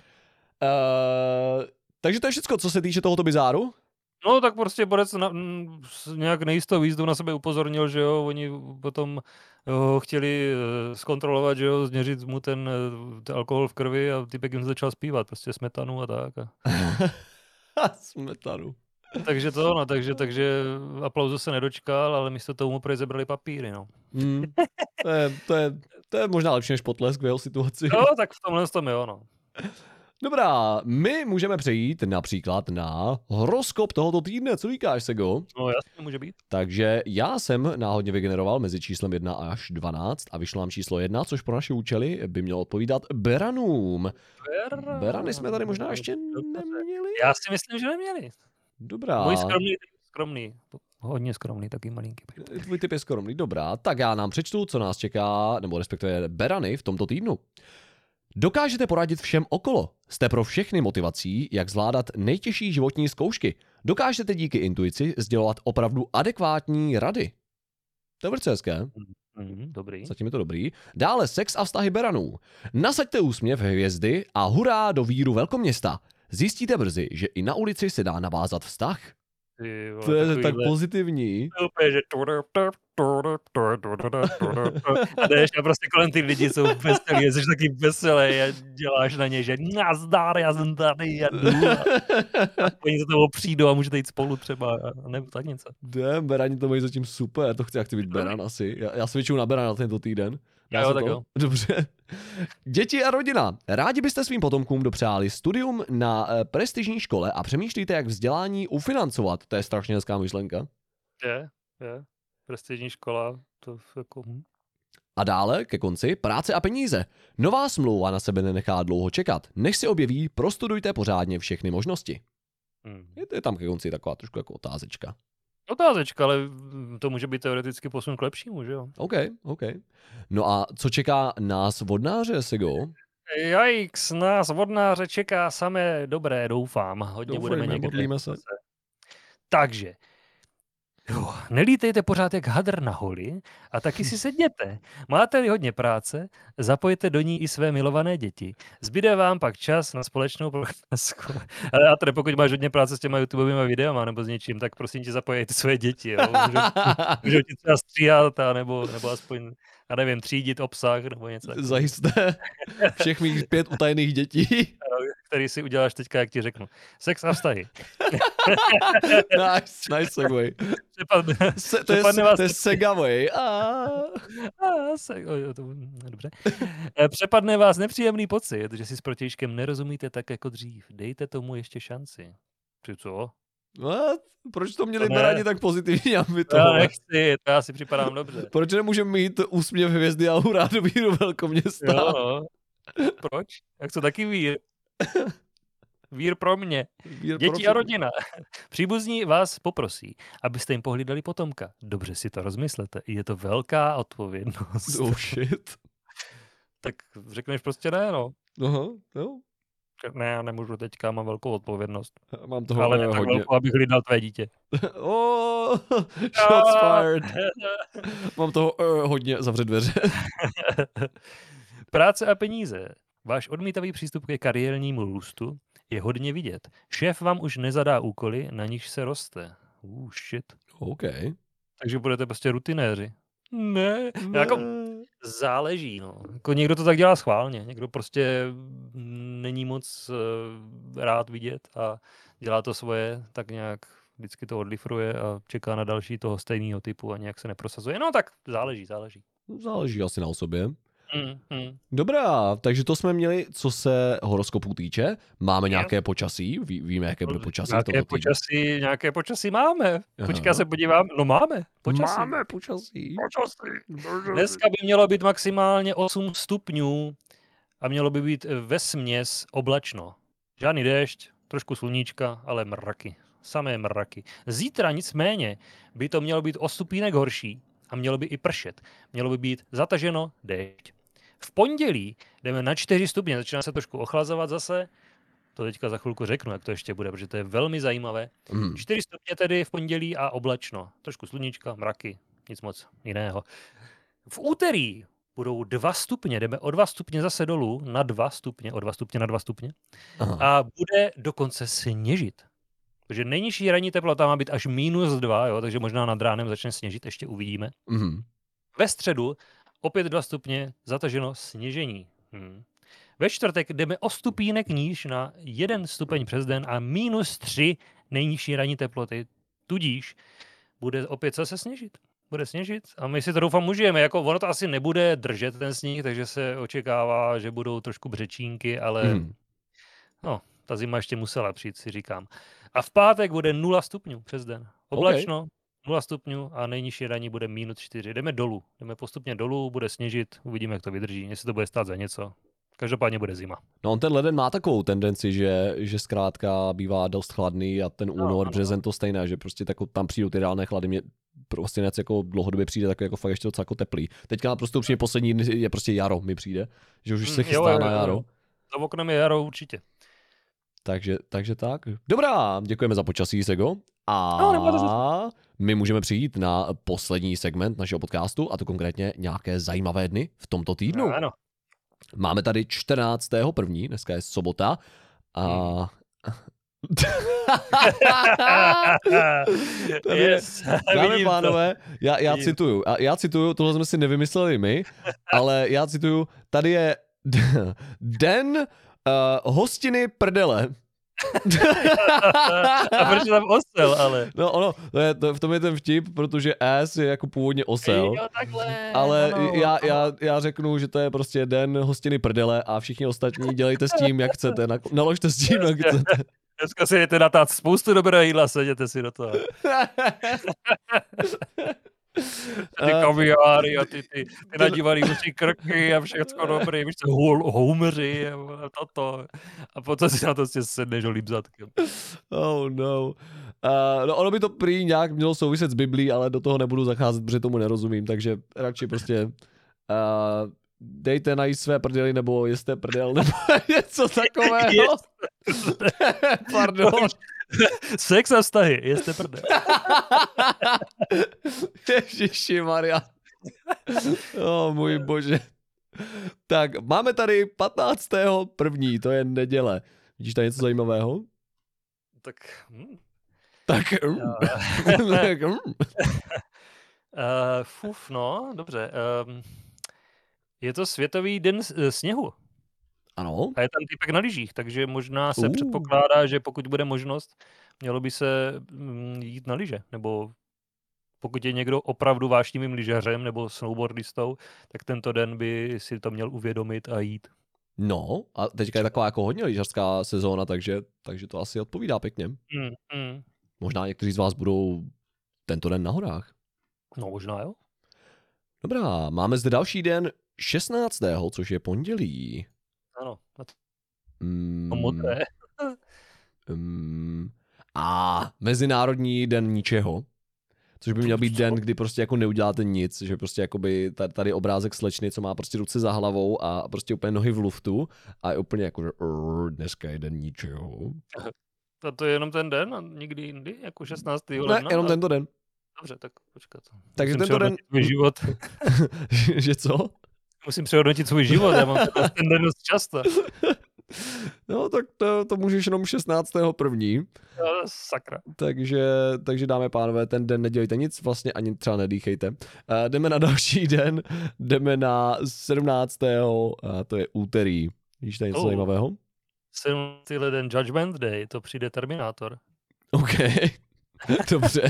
takže to je všechno, co se týče tohoto bizáru? No, tak prostě Borec na, m, nějak nejistou výzdu na sebe upozornil, že jo, oni potom jo, chtěli uh, zkontrolovat, že jo, změřit mu ten, ten alkohol v krvi a typek jim začal zpívat, prostě smetanu a tak. A... Smetanu. Takže to, no, takže, takže aplauzu se nedočkal, ale místo toho mu prý zebrali papíry, no. Mm, to, je, to, je, to je možná lepší než potlesk v jeho situaci. Jo, tak v tomhle tom jo, no. Dobrá, my můžeme přejít například na horoskop tohoto týdne. Co říkáš, Sego? No jasně, může být. Takže já jsem náhodně vygeneroval mezi číslem jedna až dvanáct a vyšlo nám číslo jedna, což pro naše účely by mělo odpovídat Beranům. Beran. Berany jsme tady možná ještě neměli? Já si myslím, že neměli. Dobrá. Můj skromný, skromný. Hodně skromný, taky malinký. Tvůj typ je skromný, dobrá. Tak já nám přečtu, co nás čeká, nebo respektive Berany v tomto týdnu. Dokážete poradit všem okolo. Jste pro všechny motivací, jak zvládat nejtěžší životní zkoušky. Dokážete díky intuici sdělovat opravdu adekvátní rady. To je velice hezké. Mm, dobrý. Zatím je to dobrý. Dále sex a vztahy Beranů. Nasaďte úsměv hvězdy a hurá do víru velkoměsta. Zjistíte brzy, že i na ulici se dá navázat vztah. Ty, vole, to je tak takovýhle... pozitivní. Úplně, že... A jdeš a prostě kolem ty lidi jsou veselí, jsi taky veselý a děláš na ně, že nazdar, já jsem tady, já jdu. A oni se toho přijdou a můžete jít spolu třeba, a nebo tak něco. Damn, Berani to mají zatím super, to chci, já chci být Beran asi. Já, já se na Berana tento týden. Já jo, tak to... jo. Dobře. Děti a rodina. Rádi byste svým potomkům dopřáli studium na e, prestižní škole a přemýšlíte, jak vzdělání ufinancovat. To je strašně hezká myšlenka. Je, je. Prestižní škola, to jako... Hm. A dále, ke konci, práce a peníze. Nová smlouva na sebe nenechá dlouho čekat. Než se objeví, prostudujte pořádně všechny možnosti. Hmm. Je, je tam ke konci taková trošku jako otázečka. Otázečka, ale to může být teoreticky posun k lepšímu, že jo? OK, OK. No a co čeká nás vodnáře, Sego? Jajks, nás vodnáře čeká samé dobré, doufám. Hodně Doufujeme, budeme někde. modlíme se. Takže, jo, nelítejte pořád jak hadr na holi a taky si sedněte. Máte-li hodně práce, zapojte do ní i své milované děti. Zbyde vám pak čas na společnou procházku. Ale a tedy pokud máš hodně práce s těma YouTubeovými videama nebo s něčím, tak prosím tě zapojej ty své děti. Jo. Můžou, můžou ti třeba stříhat a nebo, nebo aspoň, já nevím, třídit obsah nebo něco. Zajisté všech mých pět utajených dětí. Který si uděláš teďka, jak ti řeknu. Sex a vztahy. Nice, nice segway. Přepadne, Se, to, je, to je segway. Dobře. Přepadne vás nepříjemný pocit, že si s protějškem nerozumíte tak jako dřív. Dejte tomu ještě šanci. Ty co? What? Proč to měli Berani tak pozitivní, aby to... Já nechci, to já si připadám dobře. Proč nemůžeme mít úsměv hvězdy a hurá do víru velkoměsta? Jo, no. Proč? Jak to taky vír? Vír pro mě. Vír Děti pro a rodina. Příbuzní vás poprosí, abyste jim pohlídali potomka. Dobře si to rozmyslete. Je to velká odpovědnost. Oh shit. Tak řekneš prostě ne, no. Aha, jo. Ne, já nemůžu teďka, mám velkou odpovědnost. Mám toho ale ne tak hodně. velkou, abych hlídal tvé dítě. Oh, shots fired. Mám toho uh, hodně, zavřet dveře. Práce a peníze. Váš odmítavý přístup ke kariérnímu růstu je hodně vidět. Šéf vám už nezadá úkoly, na nichž se roste. Uh, shit. OK. Takže budete prostě rutinéři. Ne, Ne. jako záleží, no. Jako někdo to tak dělá schválně, někdo prostě není moc uh, rád vidět a dělá to svoje, tak nějak vždycky to odlifruje a čeká na další toho stejného typu a nějak se neprosazuje. No tak záleží, záleží. Záleží asi na osobě. Mm, mm. Dobrá, takže to jsme měli, co se horoskopů týče. Máme nějaké počasí? Ví, víme, jaké bude počasí? Nějaké počasí, nějaké počasí máme. Počkej, se podívám. No máme počasí. Máme počasí. Počasí. Dneska by mělo být maximálně osm stupňů a mělo by být vesměs oblačno. Žádný déšť, trošku sluníčka, ale mraky. Samé mraky. Zítra nicméně by to mělo být o stupínek horší a mělo by i pršet. Mělo by být zataženo déšť. V pondělí jdeme na čtyři stupně, začíná se trošku ochlazovat zase. To teďka za chvilku řeknu, jak to ještě bude, protože to je velmi zajímavé. Mm. čtyři stupně tedy v pondělí a oblačno. Trošku sluníčka, mraky, nic moc jiného. V úterý budou dva stupně, jdeme o dva stupně zase dolů, na dva stupně, o dva stupně na dva stupně. Aha. A bude dokonce sněžit. Takže nejnižší ranní teplota má být až minus dva, jo, takže možná nad ránem začne sněžit, ještě uvidíme. Mm. Ve středu opět dva stupně, zataženo sněžení. Hmm. Ve čtvrtek jdeme o stupínek níž na jeden stupeň přes den a minus tři nejnižší ranní teploty. Tudíž bude opět zase sněžit. Bude sněžit a my si to doufám užijeme. Jako ono to asi nebude držet ten sníh, takže se očekává, že budou trošku břečínky, ale Mm. no, ta zima ještě musela přijít, si říkám. A v pátek bude nula stupňů přes den. Oblačno, okay. nula stupňů a nejnižší ranní bude minus čtyři. Jdeme dolů. Jdeme postupně dolů, bude sněžit, uvidíme, jak to vydrží, jestli to bude stát za něco. Každopádně bude zima. No on ten leden má takovou tendenci, že, že zkrátka bývá dost chladný a ten únor, no, no, březen to stejné, že prostě tako, tam přijdou ty reálné chlady. Mě prostě něco jako dlouhodobě přijde takový jako fakt ještě docela jako teplý. Teďka prostě upřímně poslední dny je prostě jaro mi přijde, že už se chystá jo, jo, na jaro. Za oknem je jaro určitě. Takže, takže tak. Dobrá, děkujeme za počasí, Sego. A no, my můžeme přijít na poslední segment našeho podcastu, a to konkrétně nějaké zajímavé dny v tomto týdnu. Ano. Máme tady čtrnáctého prvního dneska je sobota. A... Hmm. Tady yes, dámy pánové, já, já cituju, já cituju, tohle jsme si nevymysleli my, ale já cituju, tady je den uh, hostiny prdele. A proč tam osel, ale? No ono, to je, to, v tom je ten vtip, protože S je jako původně osel. Jo, takhle. Ale ano, já, ano. já, já řeknu, že to je prostě den hostiny prdele a všichni ostatní dělejte s tím, jak chcete. Naložte s tím, jak chcete. Dneska si jdete natát spoustu dobrého jídla, seděte si do toho. Ty kaviáry a ty, ty, ty nadívaný musí krky a všechno dobrý, víš co, houmeři a toto. A potom si na to si sedneš holým zadkem. Oh no. Uh, no ono by to prý nějak mělo souviset s Biblí, ale do toho nebudu zacházet, protože tomu nerozumím, takže radši prostě uh, dejte najíst své prdely, nebo jeste prdel, nebo něco takového. Pardon. Sex a vztahy, jeste prdel. Ježišimaria. O můj bože. Tak, máme tady patnáctého prvního to je neděle. Vidíš tady něco zajímavého? Tak... Hm. Tak... tak hm. uh, fuf, no, dobře. Um, je to Světový den sněhu. Ano. A je tam týpek na lyžích, takže možná se uh. předpokládá, že pokud bude možnost, mělo by se mm, jít na lyže, nebo pokud je někdo opravdu vášnivým lyžařem nebo snowboardistou, tak tento den by si to měl uvědomit a jít. No, a teďka je taková jako hodně lyžařská sezóna, takže, takže to asi odpovídá pěkně. Mm, mm. Možná někteří z vás budou tento den na horách. No možná jo. Dobrá, máme zde další den šestnáctého což je pondělí. Ano. Mm, no modré. mm, a Mezinárodní den ničeho. Což by měl být den, kdy prostě jako neuděláte nic, že prostě jakoby tady obrázek slečny, co má prostě ruce za hlavou a prostě úplně nohy v luftu a je úplně jako, že dneska je den ničeho. A to je jenom ten den a nikdy jindy, jako šestnáctého Ne, jenom tento den. Dobře, tak počkat. Takže Musím tento den... svůj život. Že co? Musím přehodnotit svůj život, já mám ten den dost často. No, tak to, to můžeš jenom šestnáctého první No, sakra. Takže, takže dáme pánové, ten den nedělejte nic, vlastně ani třeba nedýchejte. Uh, jdeme na další den, jdeme na sedmnáctého a to je úterý. Víš tady něco Oh. zajímavého? sedmnáctý leden Judgment Day, to přijde Terminátor. OK, dobře.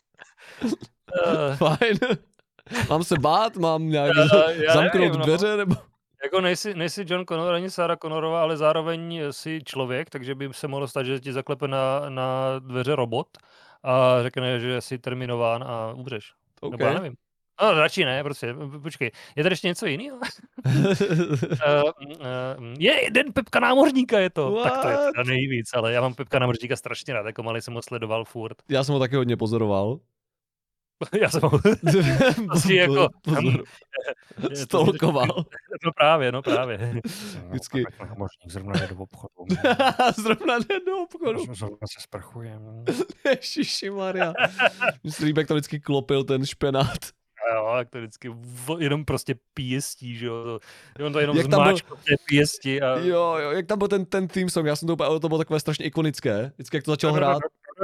Uh, Fajn. Mám se bát, mám nějak Já- já zamknout nevím, no. dveře, nebo... Jako nejsi, nejsi John Connor ani Sarah Connorová, ale zároveň jsi člověk, takže by se mohlo stát, že ti zaklepe na, na dveře robot a řekne, že jsi terminován a umřeš. OK. Nebo já nevím. No, radši ne, prostě, počkej. Je tady ještě něco jiného? uh, uh, je, den Pepka námořníka je to. What? Tak to je teda nejvíc, ale já mám Pepka námořníka strašně rád, jako malý jsem ho sledoval furt. Já jsem ho taky hodně pozoroval. Já jsem ho prostě jako... Pozor, Je to- Stolkoval. No právě, no právě. Vždycky. No, námořník zrovna jde do obchodu. Zrovna jde do obchodu. Zrovna se sprchujem. Ježišimarja. Slíbek to vždycky klopil ten špenát. A jo, jak to vždycky v, jenom prostě pěstí, že jo. To, on to jenom Jak tam byl- zmáčkl té pěsti a... Jo, jo, jak tam byl ten, ten theme song, já jsem to úplně, to bylo takové strašně ikonické. Vždycky, jak to začal hrát.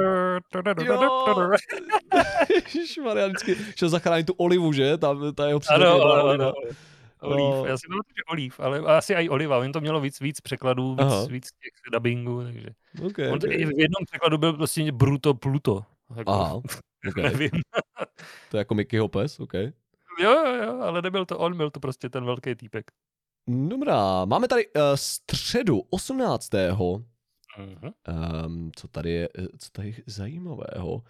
Jo. Ježišmarja, vždycky šel zachránit tu Olivu, že? Ta, ta jeho přítelkyně Ano, byla ano, Oliva. ano. Oliv. No. Já si myslím, že Oliv, ale asi i Oliva. On to mělo víc, víč překladů, Aha. víc, víc těch dubbingů, takže... Okay, On to, okay. i v jednom překladu byl prostě Bruto Pluto. Jako, Aha, okay. Nevím. To je jako Mickeyho pes, OK. Jo, jo, jo, ale nebyl to on, byl to prostě ten velký týpek. Dobrá, máme tady uh, středu osmnáctého Mhm. Um, co tady je, co tady je zajímavého? Uh,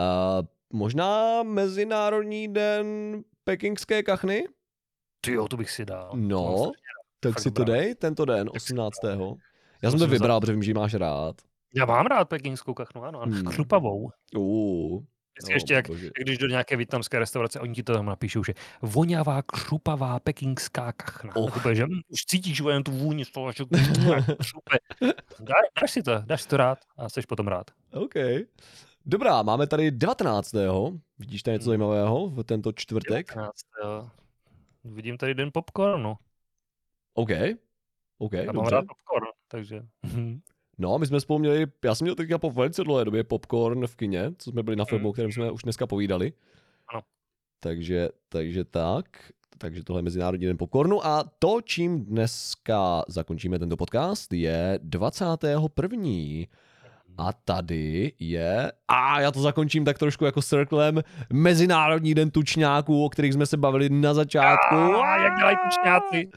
možná Mezinárodní den pekingské kachny? Ty jo, to bych si dal. No, tak fakt si to dobrá. dej, tento den, osmnáctého Já jsem Musím to vybral, protože vím, že ji máš rád. Já mám rád pekingskou kachnu, ano, ano. Hmm. Chrupavou. Uh, Vždycky ještě jak, jak když do nějaké vietnamské restaurace, oni ti to tam napíšou, že voňavá, křupavá pekingská kachna. Och. Oh. Že hm, už cítíš jen tu vůni z toho, že křupe. Dá, dáš si to, dáš si to rád a jsi potom rád. OK. Dobrá, máme tady devatenáctého Vidíš tady něco Hmm. zajímavého v tento čtvrtek? devatenáctého Vidím tady den popcornu. OK. OK, Já mám dobře. rád popcorn, takže... No, my jsme spolu měli, já jsem měl teďka po velice dlouhé době popcorn v kině, co jsme byli na filmu, o kterém jsme už dneska povídali. Ano. Takže, takže tak, takže tohle je Mezinárodní den popcornu a to, čím dneska zakončíme tento podcast, je dvacátého prvního A tady je, a já to zakončím tak trošku jako cirklem, Mezinárodní den tučňáků, o kterých jsme se bavili na začátku. A jak dělají tučňáci?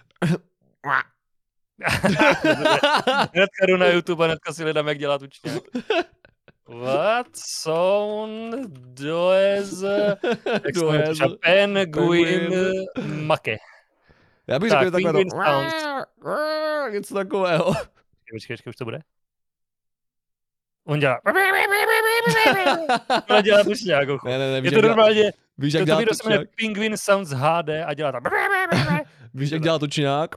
Hnedka jdu na YouTube a hnedka si hledám, jak dělá tučňák. What sound does jak se jmenuje Does- tučňák? Penguin Penguin. make. Já bych Tak, řekl takhle penguin to, sounds. něco takového. Počkej, počkej, už to bude? On dělá. On dělá tučňák. ochu. Ne, ne, ne, Je víš, to jak dělá, normálně, víš, to, jak to dělá video se jmenuje tučňák? Penguin Sounds H D a dělá tam. Víš, jak dělá tučňák?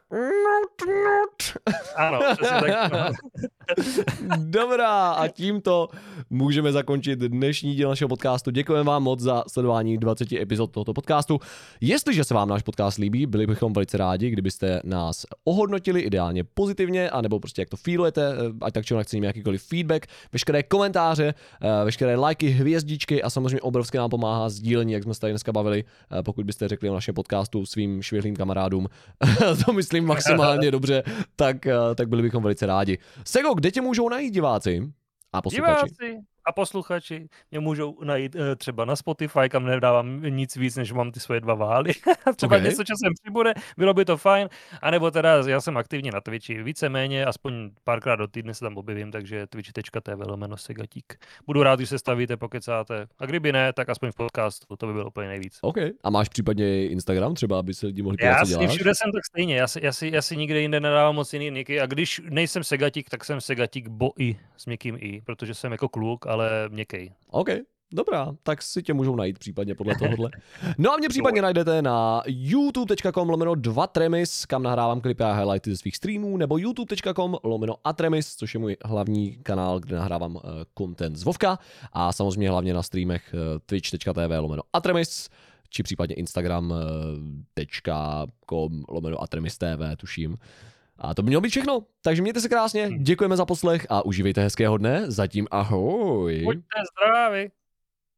Ano, přesně tak. no. Dobrá, a tímto můžeme zakončit dnešní díl našeho podcastu. Děkujeme vám moc za sledování dvacet epizod tohoto podcastu. Jestliže se vám náš podcast líbí, byli bychom velice rádi, kdybyste nás ohodnotili ideálně pozitivně, anebo prostě jak to feelujete, ať tak či onak chceme jakýkoliv feedback, veškeré komentáře, veškeré lajky, hvězdičky a samozřejmě obrovsky nám pomáhá sdílení, jak jsme se tady dneska bavili, pokud byste řekli o našem podcastu svým švěhlým kamarádům, to myslím maximálně dobře, tak, tak byli bychom velice rádi. Sego, kde tě můžou najít diváci a posluchači? Diváci a posluchači mě můžou najít uh, třeba na Spotify, kam nedávám nic víc, než mám ty svoje dva vály. Třeba Ok. něco časem přibude, bylo by to fajn. A nebo teda já jsem aktivní na Twitchi, víceméně, aspoň párkrát do týdne se tam objevím, takže twitch tečka t v lomeno segatík. Budu rád, když se stavíte, pokecáte. A kdyby ne, tak aspoň v podcastu, to by bylo úplně nejvíc. OK. A máš případně Instagram třeba, aby se lidi mohli podívat, Já co si děláš? všude jsem tak stejně, já si, já, si, já si nikde jinde nedávám moc jiný niky a když nejsem Segatík, tak jsem Segatík bo i s měkkým i, protože jsem jako kluk, ale měkkej. OK, dobrá, tak si tě můžou najít případně podle tohohle. No a mě případně najdete na youtube tečka com lomeno dva tremis, kam nahrávám klipy a highlighty ze svých streamů, nebo youtube tečka com lomeno atremis, což je můj hlavní kanál, kde nahrávám uh, content z Vovka a samozřejmě hlavně na streamech uh, twitch tečka t v lomeno atremis, či případně instagram tečka com lomeno atremis tv, tuším. A to by mělo být všechno. Takže mějte se krásně, děkujeme za poslech a užívejte hezkého dne. Zatím ahoj. Buďte zdraví.